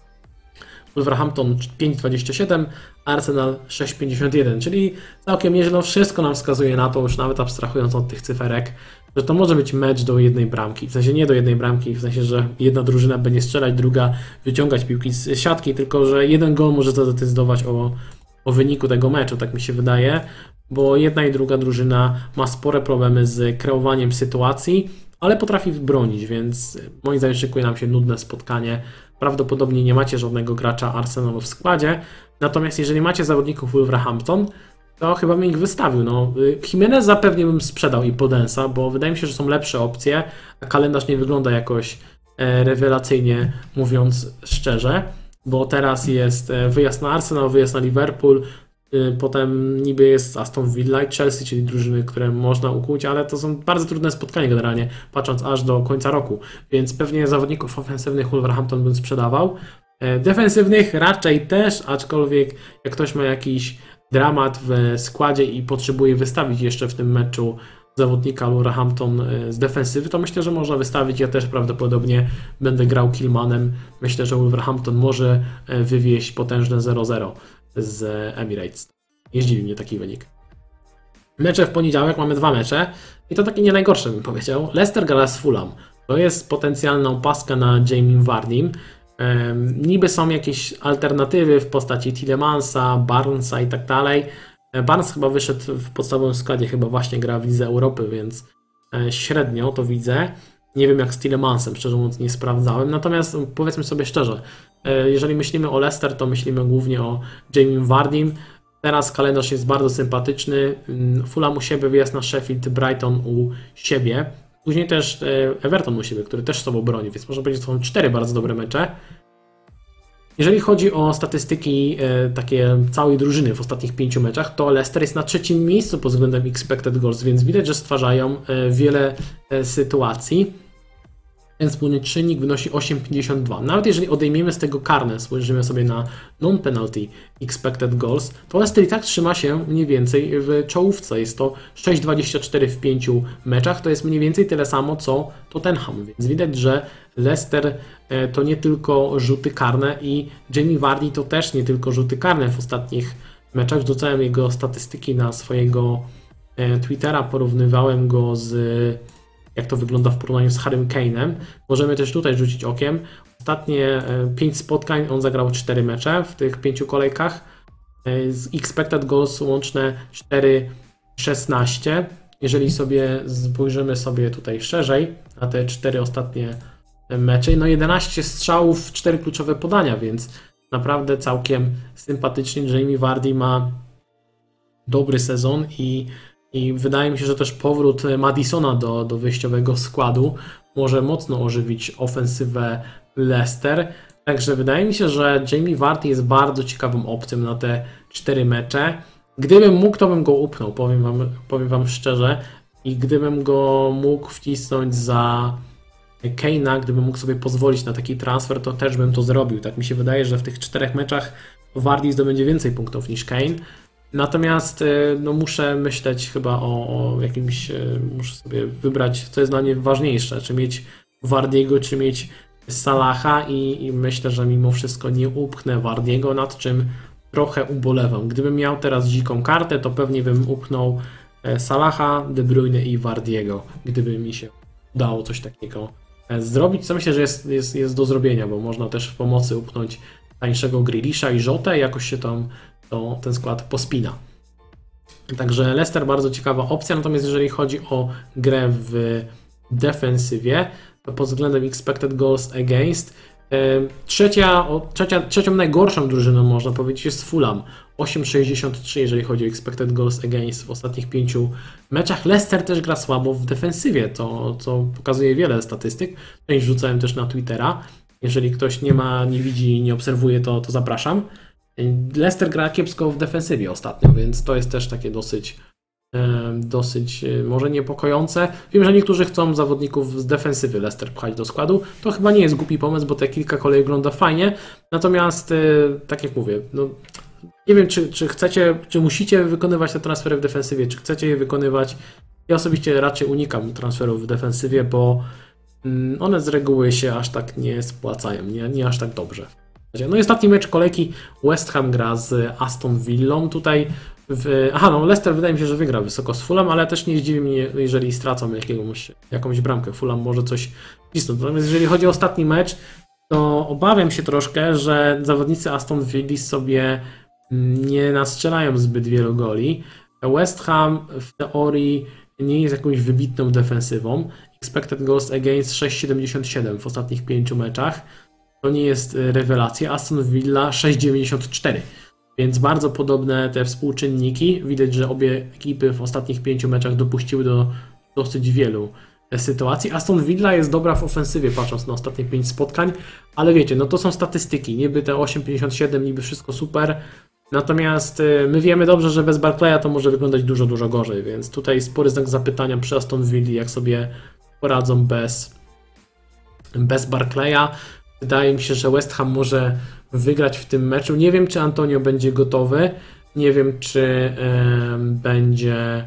Wolverhampton 5,27, Arsenal 6,51, czyli całkiem nieźle. Wszystko nam wskazuje na to, już nawet abstrahując od tych cyferek, że to może być mecz do 1 bramki. W sensie nie do 1 bramki, w sensie, że jedna drużyna będzie strzelać, druga wyciągać piłki z siatki, tylko że jeden gol może zadecydować o wyniku tego meczu, tak mi się wydaje, bo jedna i druga drużyna ma spore problemy z kreowaniem sytuacji, ale potrafi bronić, więc moim zdaniem szykuje nam się nudne spotkanie. Prawdopodobnie nie macie żadnego gracza Arsenalu w składzie, natomiast jeżeli macie zawodników Wolverhampton, to chyba bym ich wystawił. No, Jimenez zapewnie bym sprzedał i Podensa, bo wydaje mi się, że są lepsze opcje, a kalendarz nie wygląda jakoś rewelacyjnie, mówiąc szczerze, bo teraz jest wyjazd na Arsenal, wyjazd na Liverpool, potem niby jest Aston Villa i Chelsea, czyli drużyny, które można ukuć, ale to są bardzo trudne spotkania generalnie, patrząc aż do końca roku, więc pewnie zawodników ofensywnych Wolverhampton bym sprzedawał. Defensywnych raczej też, aczkolwiek jak ktoś ma jakiś dramat w składzie i potrzebuje wystawić jeszcze w tym meczu zawodnika Wolverhampton z defensywy, to myślę, że można wystawić. Ja też prawdopodobnie będę grał Killmanem. Myślę, że Wolverhampton może wywieźć potężne 0-0 z Emirates. Nie zdziwi mnie taki wynik. Mecze w poniedziałek, mamy 2 mecze i to takie nie najgorsze, bym powiedział. Leicester gra z Fulham. To jest potencjalna opaska na Jamie Vardym. Niby są jakieś alternatywy w postaci Tielemannsa, Barnesa i tak dalej. Barnes chyba wyszedł w podstawowym składzie, chyba właśnie gra w Lidze Europy, więc średnio to widzę. Nie wiem jak z Tielemansem, szczerze mówiąc nie sprawdzałem. Natomiast powiedzmy sobie szczerze, jeżeli myślimy o Leicester, to myślimy głównie o Jamie Vardym. Teraz kalendarz jest bardzo sympatyczny. Fulham u siebie, wyjazd na Sheffield, Brighton u siebie. Później też Everton u siebie, który też sobą broni, więc można powiedzieć, że są 4 bardzo dobre mecze. Jeżeli chodzi o statystyki takie całej drużyny w ostatnich 5 meczach, to Leicester jest na 3. miejscu pod względem expected goals, więc widać, że stwarzają wiele sytuacji. Ten wspólny czynnik wynosi 8,52. Nawet jeżeli odejmiemy z tego karne, spojrzymy sobie na non-penalty expected goals, to Leicester i tak trzyma się mniej więcej w czołówce. Jest to 6,24 w 5 meczach, to jest mniej więcej tyle samo co Tottenham, więc widać, że Leicester to nie tylko rzuty karne i Jamie Vardy to też nie tylko rzuty karne w ostatnich meczach. Wrzucałem jego statystyki na swojego Twittera, porównywałem go z jak to wygląda w porównaniu z Harrym Kane'em. Możemy też tutaj rzucić okiem. Ostatnie 5 spotkań, on zagrał 4 mecze w tych 5 kolejkach. Z expected goals łączne 4,16. Jeżeli sobie spojrzymy sobie tutaj szerzej na te 4 ostatnie mecze, no 11 strzałów, 4 kluczowe podania, więc naprawdę całkiem sympatycznie. Jamie Vardy ma dobry sezon i wydaje mi się, że też powrót Maddisona do wyjściowego składu może mocno ożywić ofensywę Leicester. Także wydaje mi się, że Jamie Vardy jest bardzo ciekawą opcją na te 4 mecze. Gdybym mógł, to bym go upchnął, powiem wam szczerze. I gdybym go mógł wcisnąć za Kane'a, gdybym mógł sobie pozwolić na taki transfer, to też bym to zrobił. Tak mi się wydaje, że w tych 4 meczach Vardy zdobędzie więcej punktów niż Kane. Natomiast no, muszę myśleć chyba o jakimś, muszę sobie wybrać, co jest dla mnie ważniejsze, czy mieć Wardiego, czy mieć Salaha i myślę, że mimo wszystko nie upchnę Wardiego, nad czym trochę ubolewam. Gdybym miał teraz dziką kartę, to pewnie bym upchnął Salaha, De Bruyne i Wardiego, gdyby mi się udało coś takiego zrobić, co myślę, że jest do zrobienia, bo można też w pomocy upchnąć tańszego Grealisha i Jotę i jakoś się tam ten skład pospina. Także Leicester bardzo ciekawa opcja, natomiast jeżeli chodzi o grę w defensywie, to pod względem expected goals against trzecią najgorszą drużyną można powiedzieć jest Fulham. 8,63 jeżeli chodzi o expected goals against w ostatnich 5 meczach. Leicester też gra słabo w defensywie, to co pokazuje wiele statystyk. Część wrzucałem też na Twittera. Jeżeli ktoś nie widzi, nie obserwuje, to zapraszam. Leicester gra kiepsko w defensywie ostatnio, więc to jest też takie dosyć może niepokojące. Wiem, że niektórzy chcą zawodników z defensywy Leicester pchać do składu. To chyba nie jest głupi pomysł, bo te kilka kolei wygląda fajnie. Natomiast, tak jak mówię, no, nie wiem, czy chcecie, czy musicie wykonywać te transfery w defensywie, czy chcecie je wykonywać. Ja osobiście raczej unikam transferów w defensywie, bo one z reguły się aż tak nie spłacają, nie aż tak dobrze. No i ostatni mecz kolejki, West Ham gra z Aston Villą. Tutaj Leicester wydaje mi się, że wygra wysoko z Fulham, ale też nie zdziwi mnie, jeżeli stracą jakąś bramkę. Fulham może coś cisnąć. Natomiast jeżeli chodzi o ostatni mecz, to obawiam się troszkę, że zawodnicy Aston Villa sobie nie nastrzelają zbyt wielu goli. West Ham w teorii nie jest jakąś wybitną defensywą. Expected goals against 6,77 w ostatnich 5 meczach. To nie jest rewelacja. Aston Villa 6,94. Więc bardzo podobne te współczynniki. Widać, że obie ekipy w ostatnich 5 meczach dopuściły do dosyć wielu sytuacji. Aston Villa jest dobra w ofensywie, patrząc na ostatnie 5 spotkań, ale wiecie, no to są statystyki. Niby te 8,57, niby wszystko super. Natomiast my wiemy dobrze, że bez Barclaya to może wyglądać dużo, dużo gorzej, więc tutaj spory znak zapytania przy Aston Villa, jak sobie poradzą bez Barclaya. Wydaje mi się, że West Ham może wygrać w tym meczu. Nie wiem, czy Antonio będzie gotowy. Nie wiem, czy będzie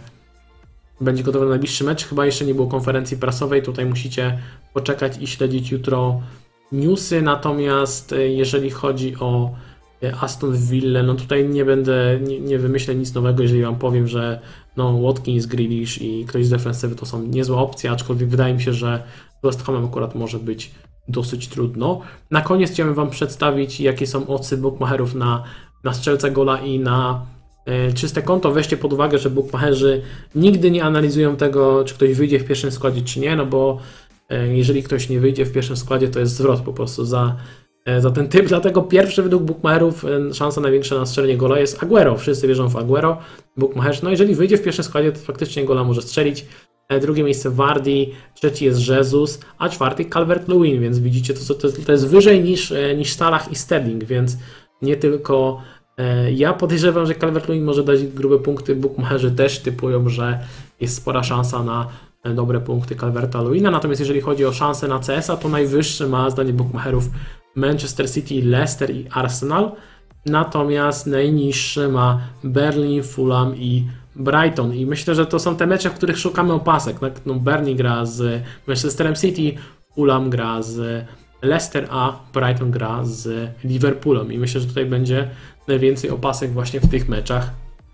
gotowy na najbliższy mecz. Chyba jeszcze nie było konferencji prasowej. Tutaj musicie poczekać i śledzić jutro newsy. Natomiast jeżeli chodzi o Aston Villa, no tutaj nie wymyślę nic nowego, jeżeli wam powiem, że no Watkins, Grealish i ktoś z defensywy to są niezłe opcje, aczkolwiek wydaje mi się, że z West Hamem akurat może być dosyć trudno. Na koniec chciałem wam przedstawić, jakie są oddsy bookmacherów na strzelca gola i na czyste konto. Weźcie pod uwagę, że bookmacherzy nigdy nie analizują tego, czy ktoś wyjdzie w pierwszym składzie, czy nie, no bo jeżeli ktoś nie wyjdzie w pierwszym składzie, to jest zwrot po prostu za ten typ. Dlatego pierwszy według bookmacherów szansa największa na strzelenie gola jest Aguero. Wszyscy wierzą w Aguero, bookmacherzy. No jeżeli wyjdzie w pierwszym składzie, to faktycznie gola może strzelić. Drugie miejsce Vardy, trzeci jest Jesus, a czwarty Calvert-Lewin, więc widzicie, to jest wyżej niż Salah i Sterling, więc nie tylko ja podejrzewam, że Calvert-Lewin może dać grube punkty, bookmacherzy też typują, że jest spora szansa na dobre punkty Calverta-Lewina, natomiast jeżeli chodzi o szanse na CS-a, to najwyższy ma zdaniem bookmacherów Manchester City, Leicester i Arsenal, natomiast najniższy ma Berlin, Fulham i Brighton i myślę, że to są te mecze, w których szukamy opasek. No, Burnley gra z Manchesterem City, Fulham gra z Leicester, a Brighton gra z Liverpoolem i myślę, że tutaj będzie najwięcej opasek właśnie w tych meczach.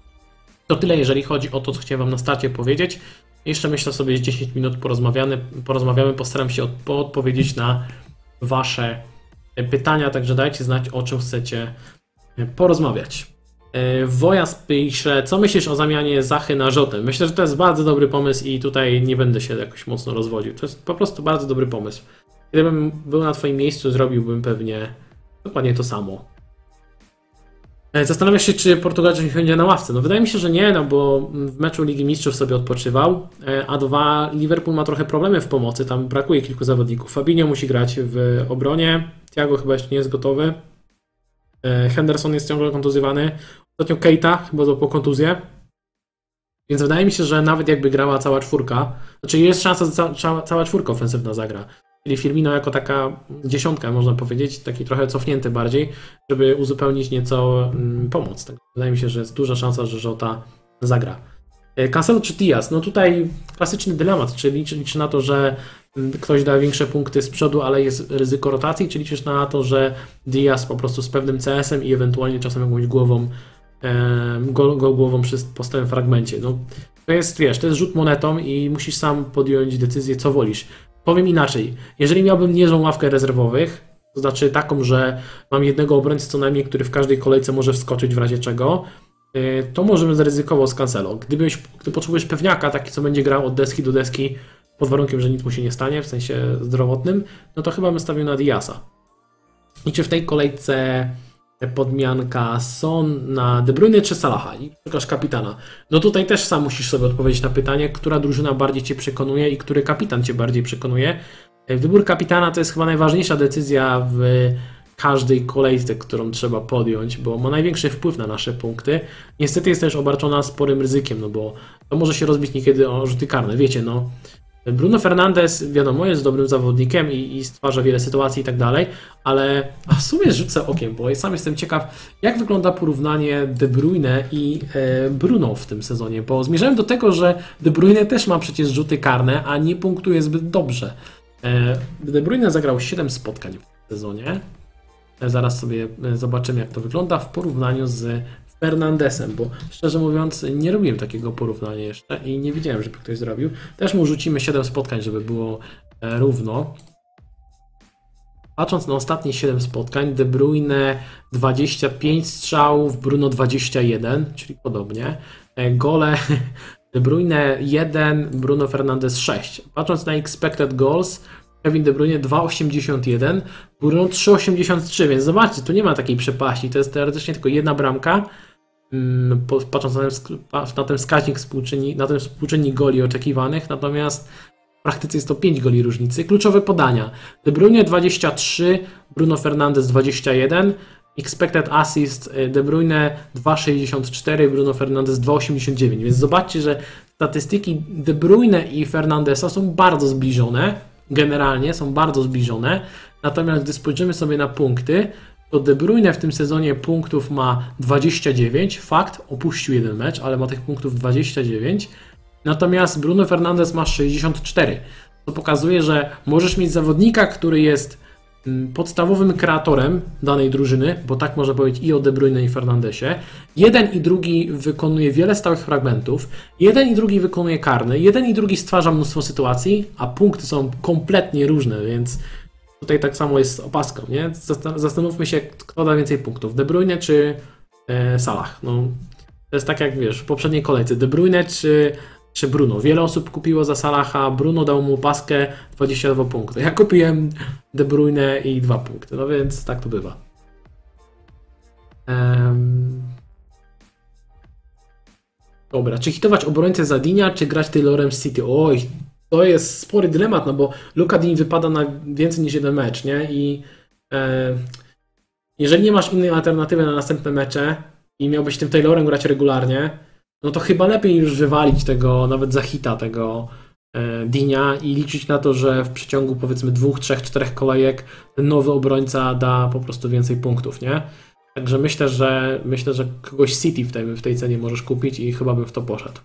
To tyle, jeżeli chodzi o to, co chciałem wam na starcie powiedzieć. Jeszcze myślę sobie, że 10 minut porozmawiamy, postaram się odpowiedzieć na wasze pytania, także dajcie znać, o czym chcecie porozmawiać. Wojas pisze, co myślisz o zamianie Zachy na Jotę? Myślę, że to jest bardzo dobry pomysł i tutaj nie będę się jakoś mocno rozwodził. To jest po prostu bardzo dobry pomysł. Gdybym był na twoim miejscu, zrobiłbym pewnie dokładnie to samo. Zastanawiasz się, czy Portugalczyk będzie na ławce? No wydaje mi się, że nie, no bo w meczu Ligi Mistrzów sobie odpoczywał, a dwa, Liverpool ma trochę problemy w pomocy, tam brakuje kilku zawodników. Fabinho musi grać w obronie, Thiago chyba jeszcze nie jest gotowy, Henderson jest ciągle kontuzjowany, ostatnio Keita chyba złapał kontuzję, więc wydaje mi się, że nawet jakby grała cała czwórka, znaczy jest szansa, że cała czwórka ofensywna zagra. czyli Firmino jako taka dziesiątka, można powiedzieć, taki trochę cofnięty bardziej, żeby uzupełnić nieco pomoc. Tak, wydaje mi się, że jest duża szansa, że Jota zagra. Cancelo czy Diaz? No tutaj klasyczny dylemat, czy liczysz na to, że ktoś da większe punkty z przodu, ale jest ryzyko rotacji, czy liczysz na to, że Diaz po prostu z pewnym CS-em i ewentualnie czasem jakąś głową, głową przy postawionym fragmencie. No, to jest, wiesz, to jest rzut monetą i musisz sam podjąć decyzję, co wolisz. Powiem inaczej, jeżeli miałbym niezłą ławkę rezerwowych, to znaczy taką, że mam jednego obrońcę co najmniej, który w każdej kolejce może wskoczyć w razie czego, to może bym zaryzykował z Cancelo. Gdy potrzebujesz pewniaka, taki co będzie grał od deski do deski, pod warunkiem, że nic mu się nie stanie, w sensie zdrowotnym, no to chyba bym stawił na Diaza. I czy w tej kolejce podmianka Son na De Bruyne czy Salaha? I szukasz kapitana. No tutaj też sam musisz sobie odpowiedzieć na pytanie, która drużyna bardziej Cię przekonuje i który kapitan Cię bardziej przekonuje. Wybór kapitana to jest chyba najważniejsza decyzja w każdej kolejce, którą trzeba podjąć, bo ma największy wpływ na nasze punkty. Niestety jest też obarczona sporym ryzykiem, no bo to może się rozbić niekiedy o rzuty karne. Wiecie, no Bruno Fernandes, wiadomo, jest dobrym zawodnikiem i stwarza wiele sytuacji i tak dalej, ale w sumie rzucę okiem, bo sam jestem ciekaw, jak wygląda porównanie De Bruyne i Bruno w tym sezonie, bo zmierzałem do tego, że De Bruyne też ma przecież rzuty karne, a nie punktuje zbyt dobrze. De Bruyne zagrał 7 spotkań w tym sezonie. Zaraz sobie zobaczymy, jak to wygląda w porównaniu z Fernandesem, bo szczerze mówiąc nie robiłem takiego porównania jeszcze i nie widziałem, żeby ktoś zrobił. Też mu rzucimy 7 spotkań, żeby było równo. Patrząc na ostatnie 7 spotkań, De Bruyne 25 strzałów, Bruno 21, czyli podobnie. Gole De Bruyne 1, Bruno Fernandes 6. Patrząc na expected goals, Kevin De Bruyne 2,81, Bruno 3,83, więc zobaczcie, tu nie ma takiej przepaści, to jest teoretycznie tylko jedna bramka, patrząc na ten wskaźnik na ten współczynnik goli oczekiwanych, natomiast w praktyce jest to 5 goli różnicy. Kluczowe podania, De Bruyne 23, Bruno Fernandes 21, expected assist De Bruyne 2,64, Bruno Fernandes 2,89, więc zobaczcie, że statystyki De Bruyne i Fernandesa są bardzo zbliżone. Generalnie są bardzo zbliżone, natomiast gdy spojrzymy sobie na punkty, to De Bruyne w tym sezonie punktów ma 29, fakt, opuścił jeden mecz, ale ma tych punktów 29, natomiast Bruno Fernandes ma 64. To pokazuje, że możesz mieć zawodnika, który jest podstawowym kreatorem danej drużyny, bo tak można powiedzieć i o De Bruyne i Fernandesie. Jeden i drugi wykonuje wiele stałych fragmentów, jeden i drugi wykonuje karne, jeden i drugi stwarza mnóstwo sytuacji, a punkty są kompletnie różne, więc tutaj tak samo jest z opaską, nie? Zastanówmy się, kto da więcej punktów, De Bruyne czy Salah. No, to jest tak jak wiesz, w poprzedniej kolejce, De Bruyne czy Bruno. Wiele osób kupiło za Salaha, Bruno dał mu paskę 22 punkty. Ja kupiłem De Bruyne i 2 punkty, no więc tak to bywa. Dobra, czy hitować obrońcę za Dinia, czy grać Taylorem z City? Oj, to jest spory dylemat, no bo Luka Digne wypada na więcej niż jeden mecz, nie? I jeżeli nie masz innej alternatywy na następne mecze i miałbyś tym Taylorem grać regularnie, no to chyba lepiej już wywalić tego, nawet za hita tego Dinia i liczyć na to, że w przeciągu powiedzmy 2, 3, 4 kolejek ten nowy obrońca da po prostu więcej punktów, nie? Także myślę, że kogoś City w tej cenie możesz kupić i chyba bym w to poszedł.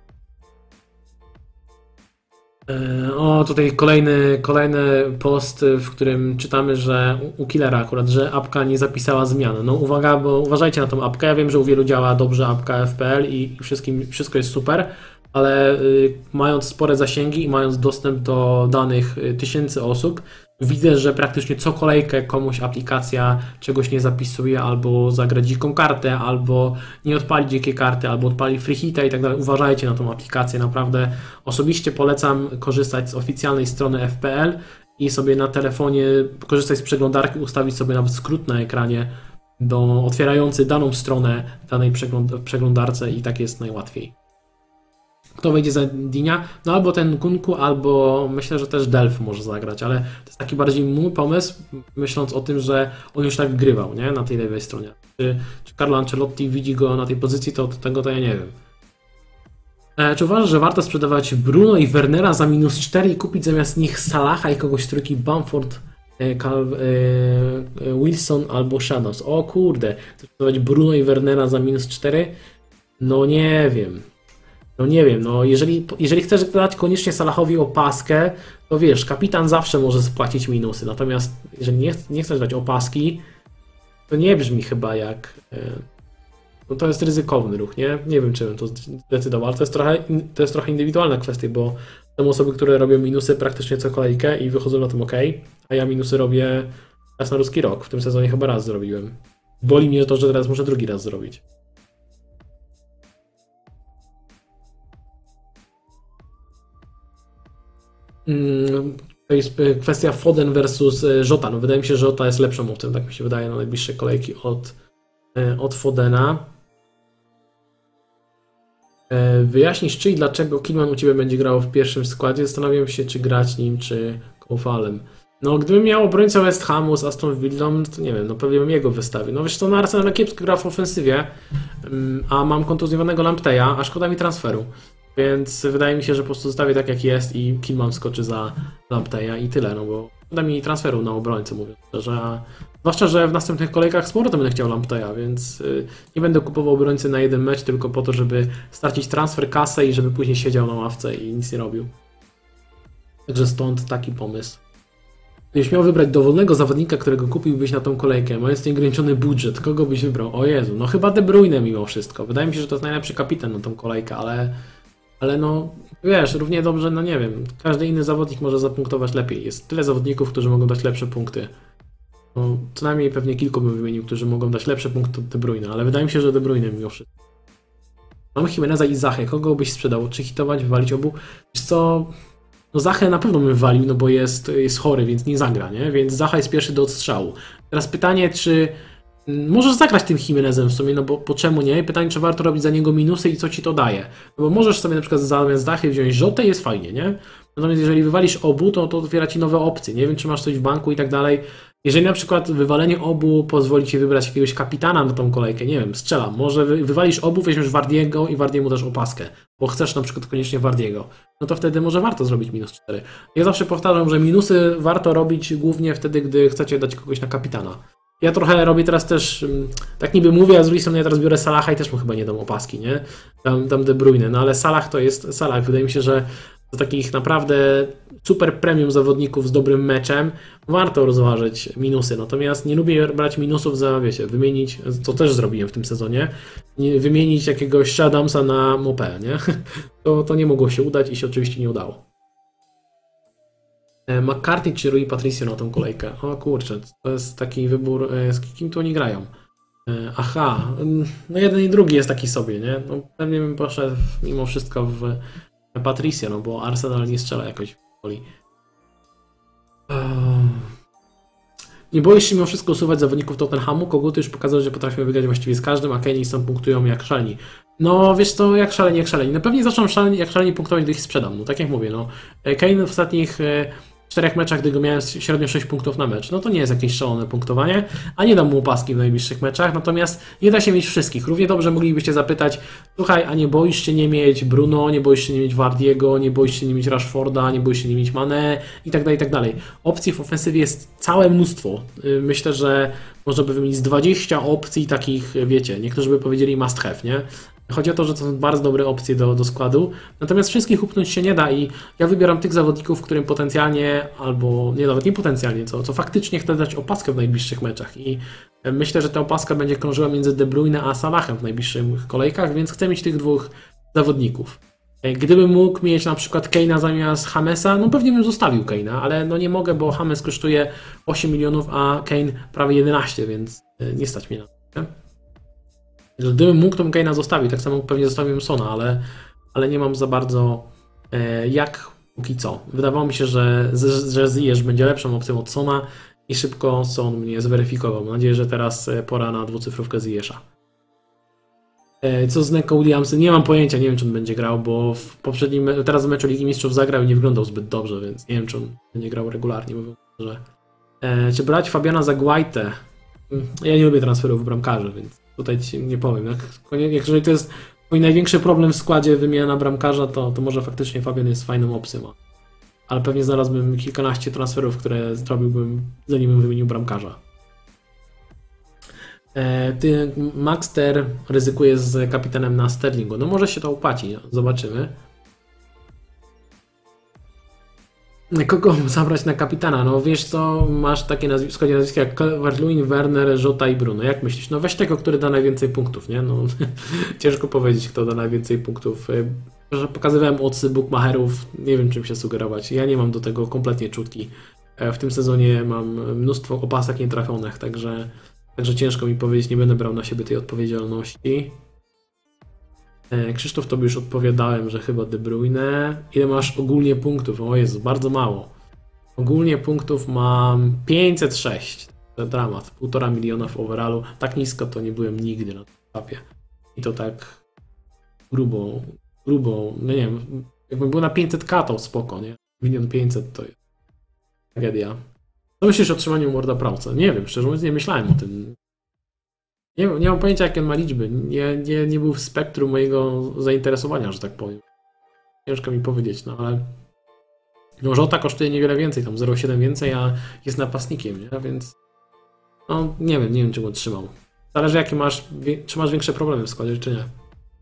O, tutaj kolejny post, w którym czytamy, że u Killera akurat, że apka nie zapisała zmian. No uwaga, bo uważajcie na tą apkę. Ja wiem, że u wielu działa dobrze apka FPL i wszystko jest super, ale mając spore zasięgi i mając dostęp do danych tysięcy osób, widzę, że praktycznie co kolejkę komuś aplikacja czegoś nie zapisuje, albo zagra dziką kartę, albo nie odpali dzikiej karty, albo odpali free hita i tak dalej. Uważajcie na tą aplikację, naprawdę. Osobiście polecam korzystać z oficjalnej strony FPL i sobie na telefonie korzystać z przeglądarki, ustawić sobie nawet skrót na ekranie otwierający daną stronę danej przeglądarce i tak jest najłatwiej. Kto wejdzie za Dinia? No albo ten Kunku, albo myślę, że też Delph może zagrać, ale to jest taki bardziej mój pomysł, myśląc o tym, że on już tak grywał, nie? Na tej lewej stronie. Czy Carlo Ancelotti widzi go na tej pozycji, to tego to ja nie wiem. Czy uważasz, że warto sprzedawać Bruno i Wernera za -4 i kupić zamiast nich Salaha i kogoś trójki Bamford, Wilson albo Shadows? O kurde, chcesz sprzedawać Bruno i Wernera za -4? No nie wiem. No nie wiem, no jeżeli chcesz dać koniecznie Salahowi opaskę, to wiesz, kapitan zawsze może spłacić minusy, natomiast jeżeli nie chcesz dać opaski, to nie brzmi chyba jak... No to jest ryzykowny ruch, nie? Nie wiem, czy bym to zdecydował, ale to jest trochę indywidualna kwestia, bo są osoby, które robią minusy praktycznie co kolejkę i wychodzą na tym ok, a ja minusy robię raz na ruski rok. W tym sezonie chyba raz zrobiłem. Boli mnie to, że teraz muszę drugi raz zrobić. To jest kwestia Foden versus Jota. No wydaje mi się, że Jota jest lepszą opcją, tak mi się wydaje, na najbliższe kolejki od Fodena. Wyjaśnisz, czy i dlaczego Killman u Ciebie będzie grał w pierwszym składzie? Zastanawiam się, czy grać nim, czy Koufalem. No, gdybym miał obrońcę West Hamu z Aston Villą, to nie wiem, no pewnie bym jego wystawił. No wiesz co, na Arsenal kiepsko gra w ofensywie, a mam kontuzjowanego Lampteja, a szkoda mi transferu. Więc wydaje mi się, że po prostu zostawię tak jak jest i Killman skoczy za Lampteja i tyle, no bo szkoda mi transferu na obrońcę, mówiąc szczerze. Zwłaszcza, że w następnych kolejkach z powrotem będę chciał Lampteja, więc nie będę kupował obrońcy na jeden mecz tylko po to, żeby stracić transfer, kasę i żeby później siedział na ławce i nic nie robił. Także stąd taki pomysł. Gdybyś miał wybrać dowolnego zawodnika, którego kupiłbyś na tą kolejkę, mając nieograniczony budżet, kogo byś wybrał? O Jezu, no chyba De Bruyne mimo wszystko. Wydaje mi się, że to jest najlepszy kapitan na tą kolejkę, ale no wiesz, równie dobrze, no nie wiem, każdy inny zawodnik może zapunktować lepiej. Jest tyle zawodników, którzy mogą dać lepsze punkty. No, co najmniej pewnie kilku bym wymienił, którzy mogą dać lepsze punkty od De Bruyne, ale wydaje mi się, że De Bruyne mimo wszystko. Mam Jimeneza i Zachę, kogo byś sprzedał? Czy hitować, wywalić obu? Wiesz co... No Zachę na pewno bym walił, no bo jest chory, więc nie zagra, nie? Więc Zacha jest pierwszy do odstrzału. Teraz pytanie, czy możesz zagrać tym Jimenezem w sumie, no bo czemu nie? I pytanie, czy warto robić za niego minusy i co ci to daje? No bo możesz sobie na przykład zamiast Zachy wziąć Rzotę i jest fajnie, nie? Natomiast jeżeli wywalisz obu, to otwiera ci nowe opcje. Nie wiem, czy masz coś w banku i tak dalej. Jeżeli na przykład wywalenie obu pozwoli ci wybrać jakiegoś kapitana na tą kolejkę, nie wiem, strzelam, może wywalisz obu, weźmiesz Wardiego i Wardiemu dasz opaskę, bo chcesz na przykład koniecznie Wardiego, no to wtedy może warto zrobić -4. Ja zawsze powtarzam, że minusy warto robić głównie wtedy, gdy chcecie dać kogoś na kapitana. Ja trochę robię teraz też, tak niby mówię, a z drugiej strony ja teraz biorę Salaha i też mu chyba nie dam opaski, nie? Tam De Bruyne, no ale Salah to jest Salah. Wydaje mi się, że do takich naprawdę super premium zawodników z dobrym meczem warto rozważyć minusy. Natomiast nie lubię brać minusów za, wiecie, wymienić, co też zrobiłem w tym sezonie, wymienić jakiegoś Adamsa na Mopé, nie? To nie mogło się udać i się oczywiście nie udało. McCarthy czy Rui Patricio na tą kolejkę? O kurczę, to jest taki wybór, z kim tu oni grają? Aha, no jeden i drugi jest taki sobie, nie? No pewnie bym poszedł mimo wszystko w Patricio, no bo Arsenal nie strzela jakoś w woli. Nie boisz się mimo wszystko usuwać zawodników Tottenhamu? Koguty już pokazały, że potrafią wygrać właściwie z każdym, a Kane sam punktują jak szaleni. No wiesz co, jak szaleni. No pewnie zaczną jak szaleni punktować, gdy ich sprzedam. No tak jak mówię, no Kane w ostatnich 4 meczach, gdy go miałem średnio 6 punktów na mecz, no to nie jest jakieś szalone punktowanie, a nie dam mu opaski w najbliższych meczach, natomiast nie da się mieć wszystkich. Równie dobrze moglibyście zapytać, słuchaj, a nie boisz się nie mieć Bruno, nie boisz się nie mieć Wardiego, nie boisz się nie mieć Rashforda, nie boisz się nie mieć Mané i tak dalej, i tak dalej. Opcji w ofensywie jest całe mnóstwo. Myślę, że można by wymienić z 20 opcji takich, wiecie, niektórzy by powiedzieli must have, nie? Chodzi o to, że to są bardzo dobre opcje do składu, natomiast wszystkich upchnąć się nie da i ja wybieram tych zawodników, którym potencjalnie, albo nie nawet nie potencjalnie, co faktycznie chcę dać opaskę w najbliższych meczach i myślę, że ta opaska będzie krążyła między De Bruyne a Salahem w najbliższych kolejkach, więc chcę mieć tych dwóch zawodników. Gdybym mógł mieć na przykład Kane'a zamiast Jamesa, no pewnie bym zostawił Kane'a, ale no nie mogę, bo James kosztuje 8 milionów, a Kane prawie 11, więc nie stać mnie na to. Nie? Gdybym mógł, to bym Kane'a zostawił, tak samo pewnie zostawiłem Sona, ale nie mam za bardzo jak póki co. Wydawało mi się, że Ziyech będzie lepszą opcją od Sona i szybko Son mnie zweryfikował. Mam nadzieję, że teraz pora na dwucyfrówkę Ziyesza. Co z Neco Williamsem? Nie mam pojęcia, nie wiem czy on będzie grał, bo teraz w meczu Ligi Mistrzów zagrał i nie wyglądał zbyt dobrze, więc nie wiem czy on będzie grał regularnie, mówiąc szczerze. Czy brać Fabiana za Guaitę? Ja nie lubię transferów bramkarzy, więc tutaj ci nie powiem. Jeżeli to jest mój największy problem w składzie wymiana bramkarza, to może faktycznie Fabian jest fajną opcją. Ale pewnie znalazłbym kilkanaście transferów, które zrobiłbym, zanim bym wymienił bramkarza. Ty, Maxter ryzykuje z kapitanem na Sterlingu. No może się to opłaci, zobaczymy. Kogo zabrać na kapitana? No wiesz co, masz takie nazwiska jak Calvert-Lewin, Werner, Jota i Bruno. Jak myślisz? No weź tego, który da najwięcej punktów, nie? No ciężko powiedzieć, kto da najwięcej punktów. Że pokazywałem odsy bookmacherów, nie wiem czym się sugerować. Ja nie mam do tego kompletnie czutki. W tym sezonie mam mnóstwo opasek nietrafionych, także ciężko mi powiedzieć, nie będę brał na siebie tej odpowiedzialności. Krzysztof, tobie już odpowiadałem, że chyba De Bruyne. Ile masz ogólnie punktów? O Jezu, bardzo mało. Ogólnie punktów mam 506. To dramat. 1,5 miliona w overallu. Tak nisko to nie byłem nigdy na tym etapie. I to tak grubo. No nie wiem, jakbym był na 500k to spoko, nie? 1 500 000 to jest tragedia. Co myślisz o trzymaniu Warda Prowsa? Nie wiem, szczerze mówiąc nie myślałem o tym. Nie mam pojęcia, jakie on ma liczby. Nie był w spektrum mojego zainteresowania, że tak powiem. Ciężko mi powiedzieć, no ale... No Jota kosztuje niewiele więcej, tam 0,7 więcej, a jest napastnikiem, nie? Więc... No nie wiem, czy go trzymał. Zależy jakie masz... Czy masz większe problemy w składzie, czy nie.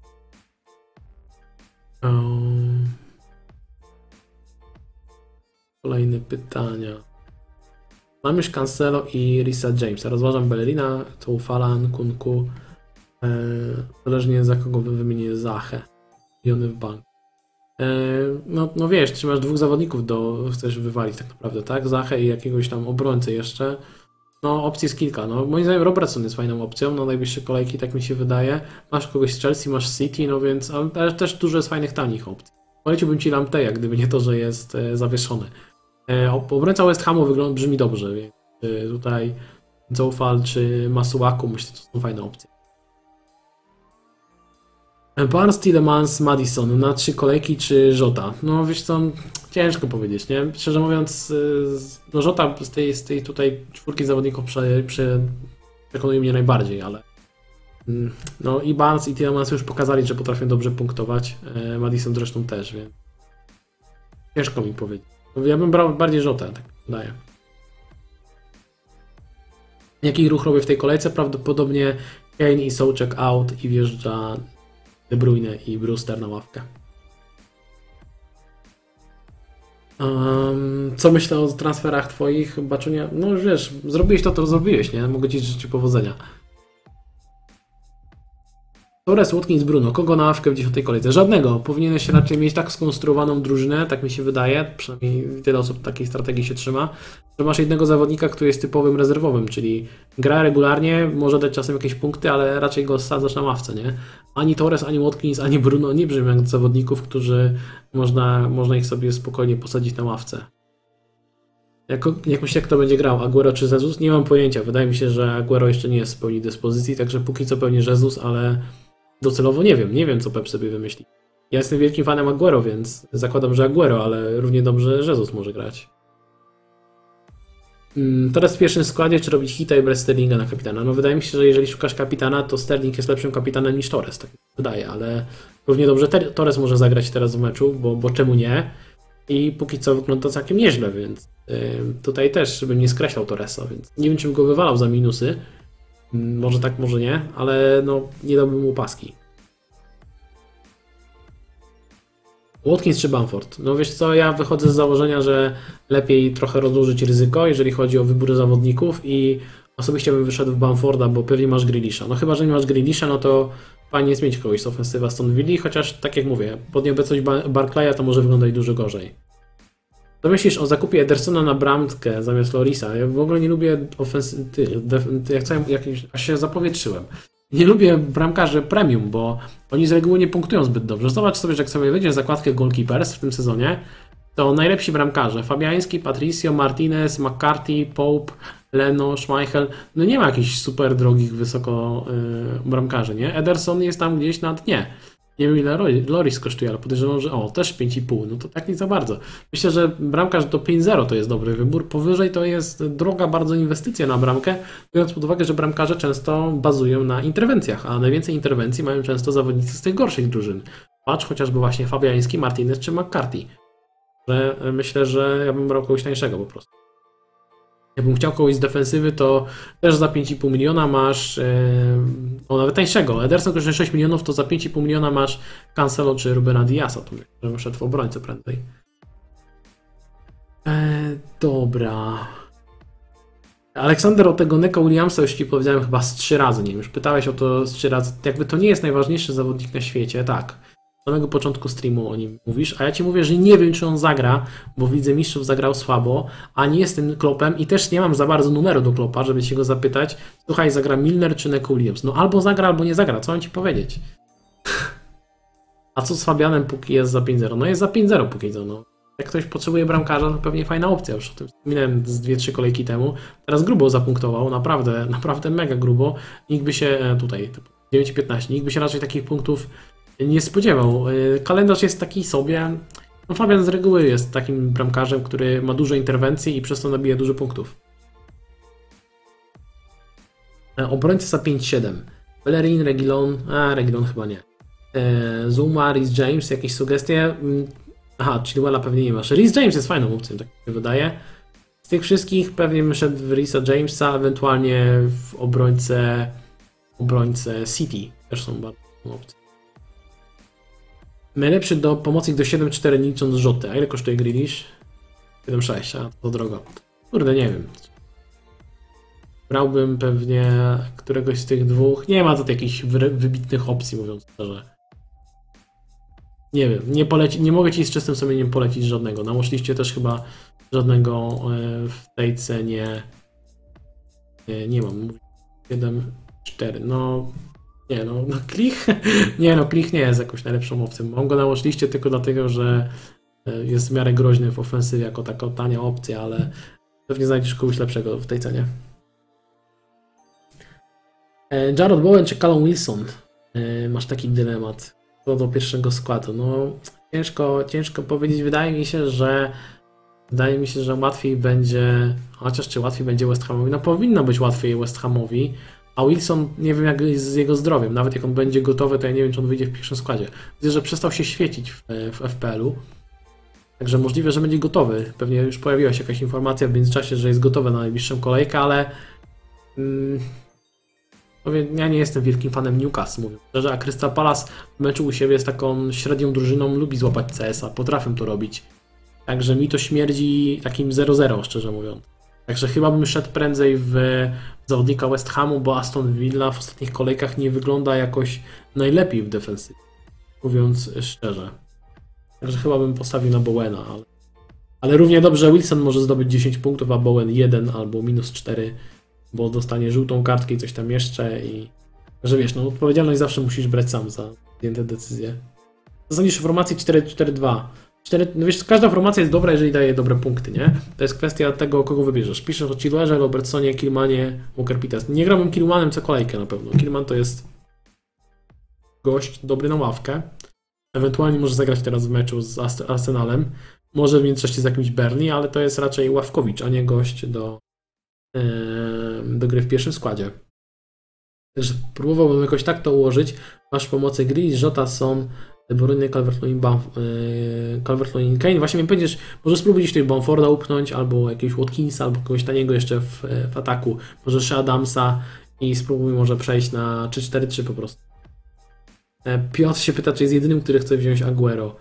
Kolejne pytania. Mam już Cancelo i Risa Jamesa. Rozważam Bellerina, Toufalan, Kunku. Zależnie za kogo wymienię Zachę. Jony w bank. No wiesz, czy masz dwóch zawodników chcesz wywalić tak naprawdę, tak? Zachę i jakiegoś tam obrońcę jeszcze. No opcji jest kilka. No moim zdaniem Robertson jest fajną opcją na najbliższe kolejki, tak mi się wydaje. Masz kogoś z Chelsea, masz City, no więc, ale też dużo jest fajnych tanich opcji. Poleciłbym ci Lampteja, gdyby nie to, że jest zawieszony. Obrońca West Hamu brzmi dobrze, więc tutaj Zoufal czy Masuaku myślę, że to są fajne opcje. Barnes, Tielemans, Maddison na 3 kolejki czy Jota? No wiesz co, ciężko powiedzieć, nie? Szczerze mówiąc, no Jota z tej tutaj 4 zawodników przekonuje mnie najbardziej, ale no i Barnes i Tielemans już pokazali, że potrafią dobrze punktować. Maddison zresztą też, więc ciężko mi powiedzieć. Ja bym brał bardziej Jotę, tak wydaje. Jaki ruch robię w tej kolejce? Prawdopodobnie Kane i Souček out i wjeżdża De Bruyne i Brewster na ławkę. Co myślę o transferach twoich, Baczunia? No już wiesz, zrobiłeś to zrobiłeś, nie? Mogę ci życzyć powodzenia. Torres, Watkins, Bruno. Kogo na ławkę w 10 kolejce? Żadnego. Powinieneś raczej mieć tak skonstruowaną drużynę, tak mi się wydaje, przynajmniej wiele osób takiej strategii się trzyma, że masz jednego zawodnika, który jest typowym rezerwowym, czyli gra regularnie, może dać czasem jakieś punkty, ale raczej go osadzasz na ławce, nie? Ani Torres, ani Watkins, ani Bruno nie brzmią jak zawodników, którzy można ich sobie spokojnie posadzić na ławce. Jak myślę, kto będzie grał, Aguero czy Jesus? Nie mam pojęcia. Wydaje mi się, że Aguero jeszcze nie jest w pełni dyspozycji, także póki co pewnie Jesus, ale docelowo nie wiem co Pep sobie wymyśli. Ja jestem wielkim fanem Aguero, więc zakładam, że Aguero, ale równie dobrze Jesus może grać. Teraz w pierwszym składzie, czy robić hita i brać Sterlinga na kapitana? No wydaje mi się, że jeżeli szukasz kapitana, to Sterling jest lepszym kapitanem niż Torres, tak mi się wydaje, ale równie dobrze Torres może zagrać teraz w meczu, bo czemu nie? I póki co wygląda całkiem nieźle, więc tutaj też bym nie skreślał Torresa, więc nie wiem, czym go wywalał za minusy. Może tak, może nie, ale no nie dałbym mu paski. Watkins czy Bamford? No wiesz co, ja wychodzę z założenia, że lepiej trochę rozłożyć ryzyko, jeżeli chodzi o wybór zawodników i osobiście bym wyszedł w Bamforda, bo pewnie masz Grealisha. No chyba, że nie masz Grealisha, no to fajnie jest mieć kogoś z ofensywa Aston Villa, chociaż tak jak mówię, pod nieobecność Barclaya to może wyglądać dużo gorzej. Co myślisz o zakupie Edersona na bramkę zamiast Lorisa? Ja w ogóle nie lubię aż się zapowietrzyłem. Nie lubię bramkarzy premium, bo oni z reguły nie punktują zbyt dobrze. Zobacz sobie, że jak sobie wejdziesz zakładkę Goalkeepers w tym sezonie, to najlepsi bramkarze Fabiański, Patricio, Martinez, McCarthy, Pope, Leno, Schmeichel. No nie ma jakichś super drogich wysoko bramkarzy, nie? Ederson jest tam gdzieś na dnie. Nie wiem ile Loris kosztuje, ale podejrzewam, że też 5,5, no to tak nie za bardzo. Myślę, że bramkarz do 5,0 to jest dobry wybór, powyżej to jest droga bardzo inwestycja na bramkę, biorąc pod uwagę, że bramkarze często bazują na interwencjach, a najwięcej interwencji mają często zawodnicy z tych gorszych drużyn. Patrz chociażby właśnie Fabiański, Martinez czy McCarthy. Że myślę, że ja bym brał kogoś tańszego po prostu. Jakbym chciał kogoś z defensywy, to też za 5,5 miliona masz, nawet tańszego. Ederson kosztuje 6 milionów, to za 5,5 miliona masz Cancelo czy Rubena Diasa. To myślę, że bym szedł w obrońcę prędzej. Dobra. Aleksander o tego Neko Williamsa już Ci powiedziałem chyba z 3 razy, nie wiem, już pytałeś o to z 3 razy. Jakby to nie jest najważniejszy zawodnik na świecie, tak. Z samego początku streamu o nim mówisz, a ja Ci mówię, że nie wiem, czy on zagra, bo w Lidze Mistrzów zagrał słabo, a nie jestem Kloppem i też nie mam za bardzo numeru do Kloppa, żeby się go zapytać, słuchaj, zagra Milner czy Neko Williams? No albo zagra, albo nie zagra, co mam Ci powiedzieć? A co z Fabianem, póki jest za 5-0? No jest za 5-0 póki co, no. Jak ktoś potrzebuje bramkarza, to pewnie fajna opcja, już o tym wspominałem z 2-3 kolejki temu. Teraz grubo zapunktował, naprawdę mega grubo. Nikt by się tutaj, 9-15, nikt by się raczej takich punktów nie spodziewał. Kalendarz jest taki sobie. No Fabian z reguły jest takim bramkarzem, który ma dużo interwencji i przez to nabija dużo punktów. Obrońcy za 5-7. Bellerin, Reguilon chyba nie. Zuma, Reece James, jakieś sugestie? Aha, Chilwella pewnie nie masz. Reece James jest fajną opcją, tak mi się wydaje. Z tych wszystkich pewnie bym szedł w Reece'a Jamesa, ewentualnie w obrońcę City. Też są bardzo opcje. Najlepszy do pomocnik do 7,4 nie licząc Rzoty. A ile kosztuje Grealish? 7,6, a to drogo. Kurde, nie wiem. Brałbym pewnie któregoś z tych dwóch. Nie ma tutaj jakichś wybitnych opcji, mówiąc szczerze. Nie wiem, nie mogę Ci z czystym sumieniem polecić żadnego. Na watchliście też chyba żadnego w tej cenie nie mam. 7,4. No nie, no Klich? Nie, no Klich nie jest jakąś najlepszą opcją. Mam go na watchliście tylko dlatego, że jest w miarę groźny w ofensywie jako taka tania opcja, ale pewnie znajdziesz kogoś lepszego w tej cenie. Jarrod Bowen czy Callum Wilson? Masz taki dylemat co do pierwszego składu. No ciężko powiedzieć. Wydaje mi się, że łatwiej będzie, chociaż czy łatwiej będzie West Hamowi? No powinno być łatwiej West Hamowi, a Wilson nie wiem jak jest z jego zdrowiem. Nawet jak on będzie gotowy, to ja nie wiem, czy on wyjdzie w pierwszym składzie. Widzę, że przestał się świecić w FPL-u. Także możliwe, że będzie gotowy. Pewnie już pojawiła się jakaś informacja w międzyczasie, że jest gotowy na najbliższą kolejkę, ale ja nie jestem wielkim fanem Newcastle, mówię szczerze, a Crystal Palace w meczu u siebie z taką średnią drużyną lubi złapać CS-a, potrafią to robić. Także mi to śmierdzi takim 0-0, szczerze mówiąc. Także chyba bym szedł prędzej w zawodnika West Hamu, bo Aston Villa w ostatnich kolejkach nie wygląda jakoś najlepiej w defensywie, mówiąc szczerze. Także chyba bym postawił na Bowena, ale równie dobrze Wilson może zdobyć 10 punktów, a Bowen 1 albo -4, bo dostanie żółtą kartkę i coś tam jeszcze i... Że wiesz, no odpowiedzialność zawsze musisz brać sam za podjęte decyzje. Zostaniesz w formacji 4-4-2. No wiesz, każda formacja jest dobra, jeżeli daje dobre punkty, nie? To jest kwestia tego, kogo wybierzesz. Piszesz o Chilwerze, Robertsonie, Kilmanie, Walker-Peters. Nie grałbym Kilmanem co kolejkę na pewno. Kilman to jest gość dobry na ławkę. Ewentualnie może zagrać teraz w meczu z Arsenalem. Może w międzyczasie z jakimś Burnley, ale to jest raczej ławkowicz, a nie gość do gry w pierwszym składzie. Także próbowałbym jakoś tak to ułożyć. Masz pomocy Grealish, Jota, Son, De Bruyne, Calvert-Lewin, Kane. Właśnie mi powiedziesz, może spróbuj gdzieś tutaj Bamforda upchnąć, albo jakiegoś Watkinsa, albo kogoś taniego jeszcze w ataku. Może jeszcze Adamsa i spróbuj może przejść na 3-4-3 po prostu. Piotr się pyta, czy jest jedynym, który chce wziąć Aguero.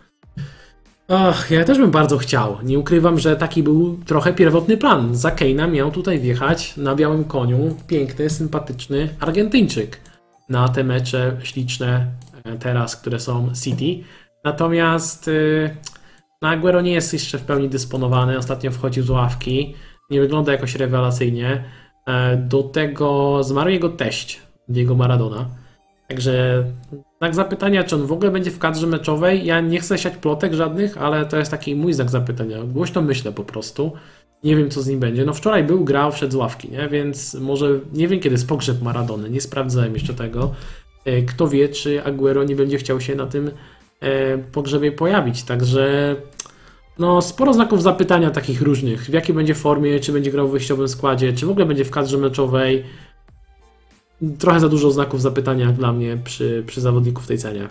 Ja też bym bardzo chciał. Nie ukrywam, że taki był trochę pierwotny plan. Za Kane'a miał tutaj wjechać na białym koniu piękny, sympatyczny Argentyńczyk na te mecze śliczne teraz, które są City. Natomiast Aguero nie jest jeszcze w pełni dysponowany. Ostatnio wchodził z ławki. Nie wygląda jakoś rewelacyjnie. Do tego zmarł jego teść, Diego Maradona. Także znak zapytania, czy on w ogóle będzie w kadrze meczowej. Ja nie chcę siać plotek żadnych, ale to jest taki mój znak zapytania. Głośno myślę po prostu. Nie wiem, co z nim będzie. No wczoraj grał, wszedł z ławki, nie? Więc może nie wiem, kiedy jest pogrzeb Maradony. Nie sprawdzałem jeszcze tego. Kto wie, czy Aguero nie będzie chciał się na tym pogrzebie pojawić. Także no, sporo znaków zapytania takich różnych. W jakiej będzie formie, czy będzie grał w wyjściowym składzie, czy w ogóle będzie w kadrze meczowej. Trochę za dużo znaków zapytania jak dla mnie przy zawodniku w tej cenie.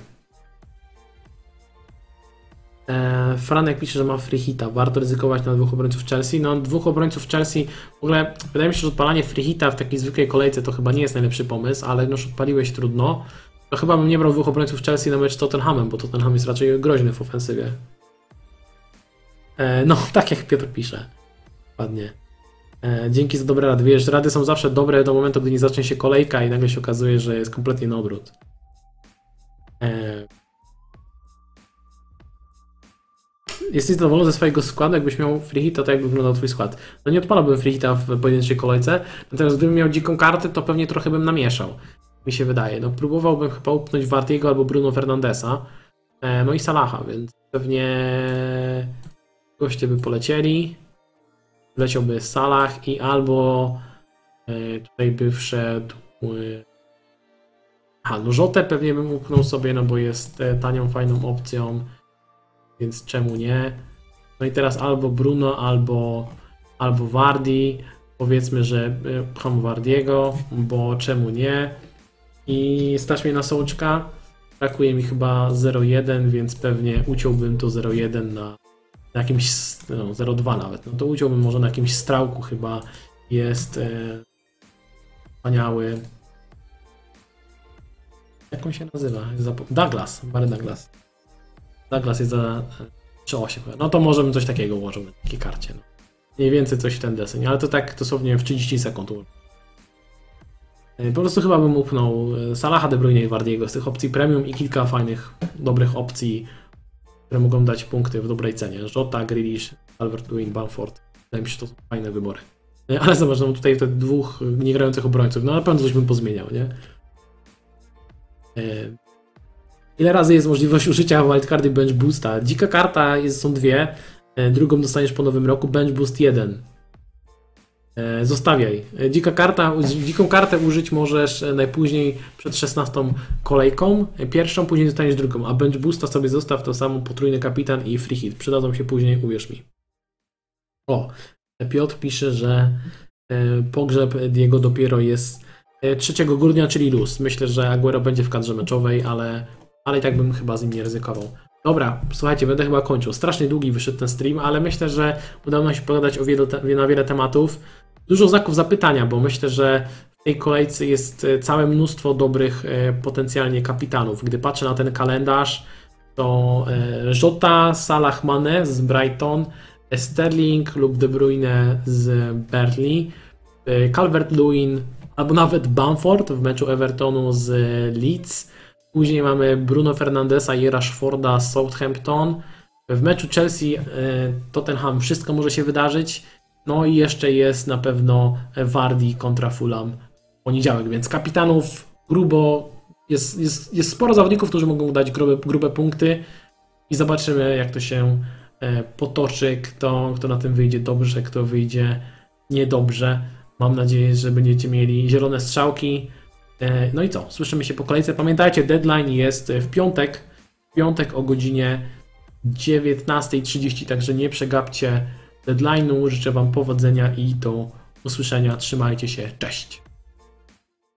Franek pisze, że ma free hita. Warto ryzykować na dwóch obrońców Chelsea. No, dwóch obrońców Chelsea, w ogóle wydaje mi się, że odpalanie free hita w takiej zwykłej kolejce to chyba nie jest najlepszy pomysł, ale już odpaliłeś trudno. To chyba bym nie brał dwóch obrońców Chelsea na mecz z Tottenhamem, bo Tottenham jest raczej groźny w ofensywie. No, tak jak Piotr pisze. Ładnie. Dzięki za dobre rady. Wiesz, rady są zawsze dobre do momentu, gdy nie zacznie się kolejka i nagle się okazuje, że jest kompletnie na odwrót. Jesteś zadowolony ze swojego składu? Jakbyś miał free hita, to jakby wyglądał twój skład? No nie odpalałbym free hita w pojedynczej kolejce, natomiast gdybym miał dziką kartę, to pewnie trochę bym namieszał. Mi się wydaje. No próbowałbym chyba upchnąć Wardiego albo Bruno Fernandesa. No i Salaha, więc pewnie goście by polecieli. Leciałby Salah i albo tutaj by wszedł... no Jotę pewnie bym upchnął sobie, no bo jest tanią, fajną opcją. Więc czemu nie? No i teraz albo Bruno, albo Wardi. Powiedzmy, że pcham Wardiego, bo czemu nie? I stać mnie na sołczka. Brakuje mi chyba 0,1, więc pewnie uciąłbym to 0,1 na jakimś, no 0,2 nawet. No to uciąłbym może na jakimś Strałku chyba jest wspaniały. Jak on się nazywa? Douglas, Barry Douglas. Douglas jest za 3,8. No to może bym coś takiego ułożył na takiej karcie. No. Mniej więcej coś w ten deseń, ale to tak dosłownie w 30 sekund. Po prostu chyba bym upchnął Salaha, De Bruyne i Wardiego z tych opcji premium i kilka fajnych, dobrych opcji, które mogą dać punkty w dobrej cenie. Jota, Grealish, Calvert-Lewin, Bamford. Wydaje mi się, że to są fajne wybory. Ale zobacz, no tutaj te dwóch niegrających obrońców, no na pewno coś bym pozmieniał, nie? Ile razy jest możliwość użycia wildcardy Bench Boosta? Dzika karta są dwie, drugą dostaniesz po nowym roku, Bench Boost 1. Zostawiaj. Dziką kartę użyć możesz najpóźniej przed 16 kolejką, pierwszą, później dostaniesz drugą, a Bench Boosta sobie zostaw, to samo potrójny kapitan i free hit. Przydadzą się później, uwierz mi. O, Piotr pisze, że pogrzeb Diego dopiero jest 3 grudnia, czyli luz. Myślę, że Aguero będzie w kadrze meczowej, ale i tak bym chyba z nim nie ryzykował. Dobra, słuchajcie, będę chyba kończył. Strasznie długi wyszedł ten stream, ale myślę, że udało nam się pogadać na wiele tematów. Dużo znaków zapytania, bo myślę, że w tej kolejce jest całe mnóstwo dobrych potencjalnie kapitanów. Gdy patrzę na ten kalendarz, to Jota, Salah, Mane z Brighton, Sterling lub De Bruyne z Burnley, Calvert-Lewin albo nawet Bamford w meczu Evertonu z Leeds. Później mamy Bruno Fernandesa i Rashforda z Southampton. W meczu Chelsea Tottenham wszystko może się wydarzyć. No i jeszcze jest na pewno Vardy kontra Fulham w poniedziałek, więc kapitanów grubo jest sporo zawodników, którzy mogą dać grube punkty i zobaczymy, jak to się potoczy, kto na tym wyjdzie dobrze, kto wyjdzie niedobrze. Mam nadzieję, że będziecie mieli zielone strzałki. No i co? Słyszymy się po kolejce. Pamiętajcie, deadline jest w piątek o godzinie 19:30, także nie przegapcie deadline'u. Życzę Wam powodzenia i do usłyszenia. Trzymajcie się. Cześć!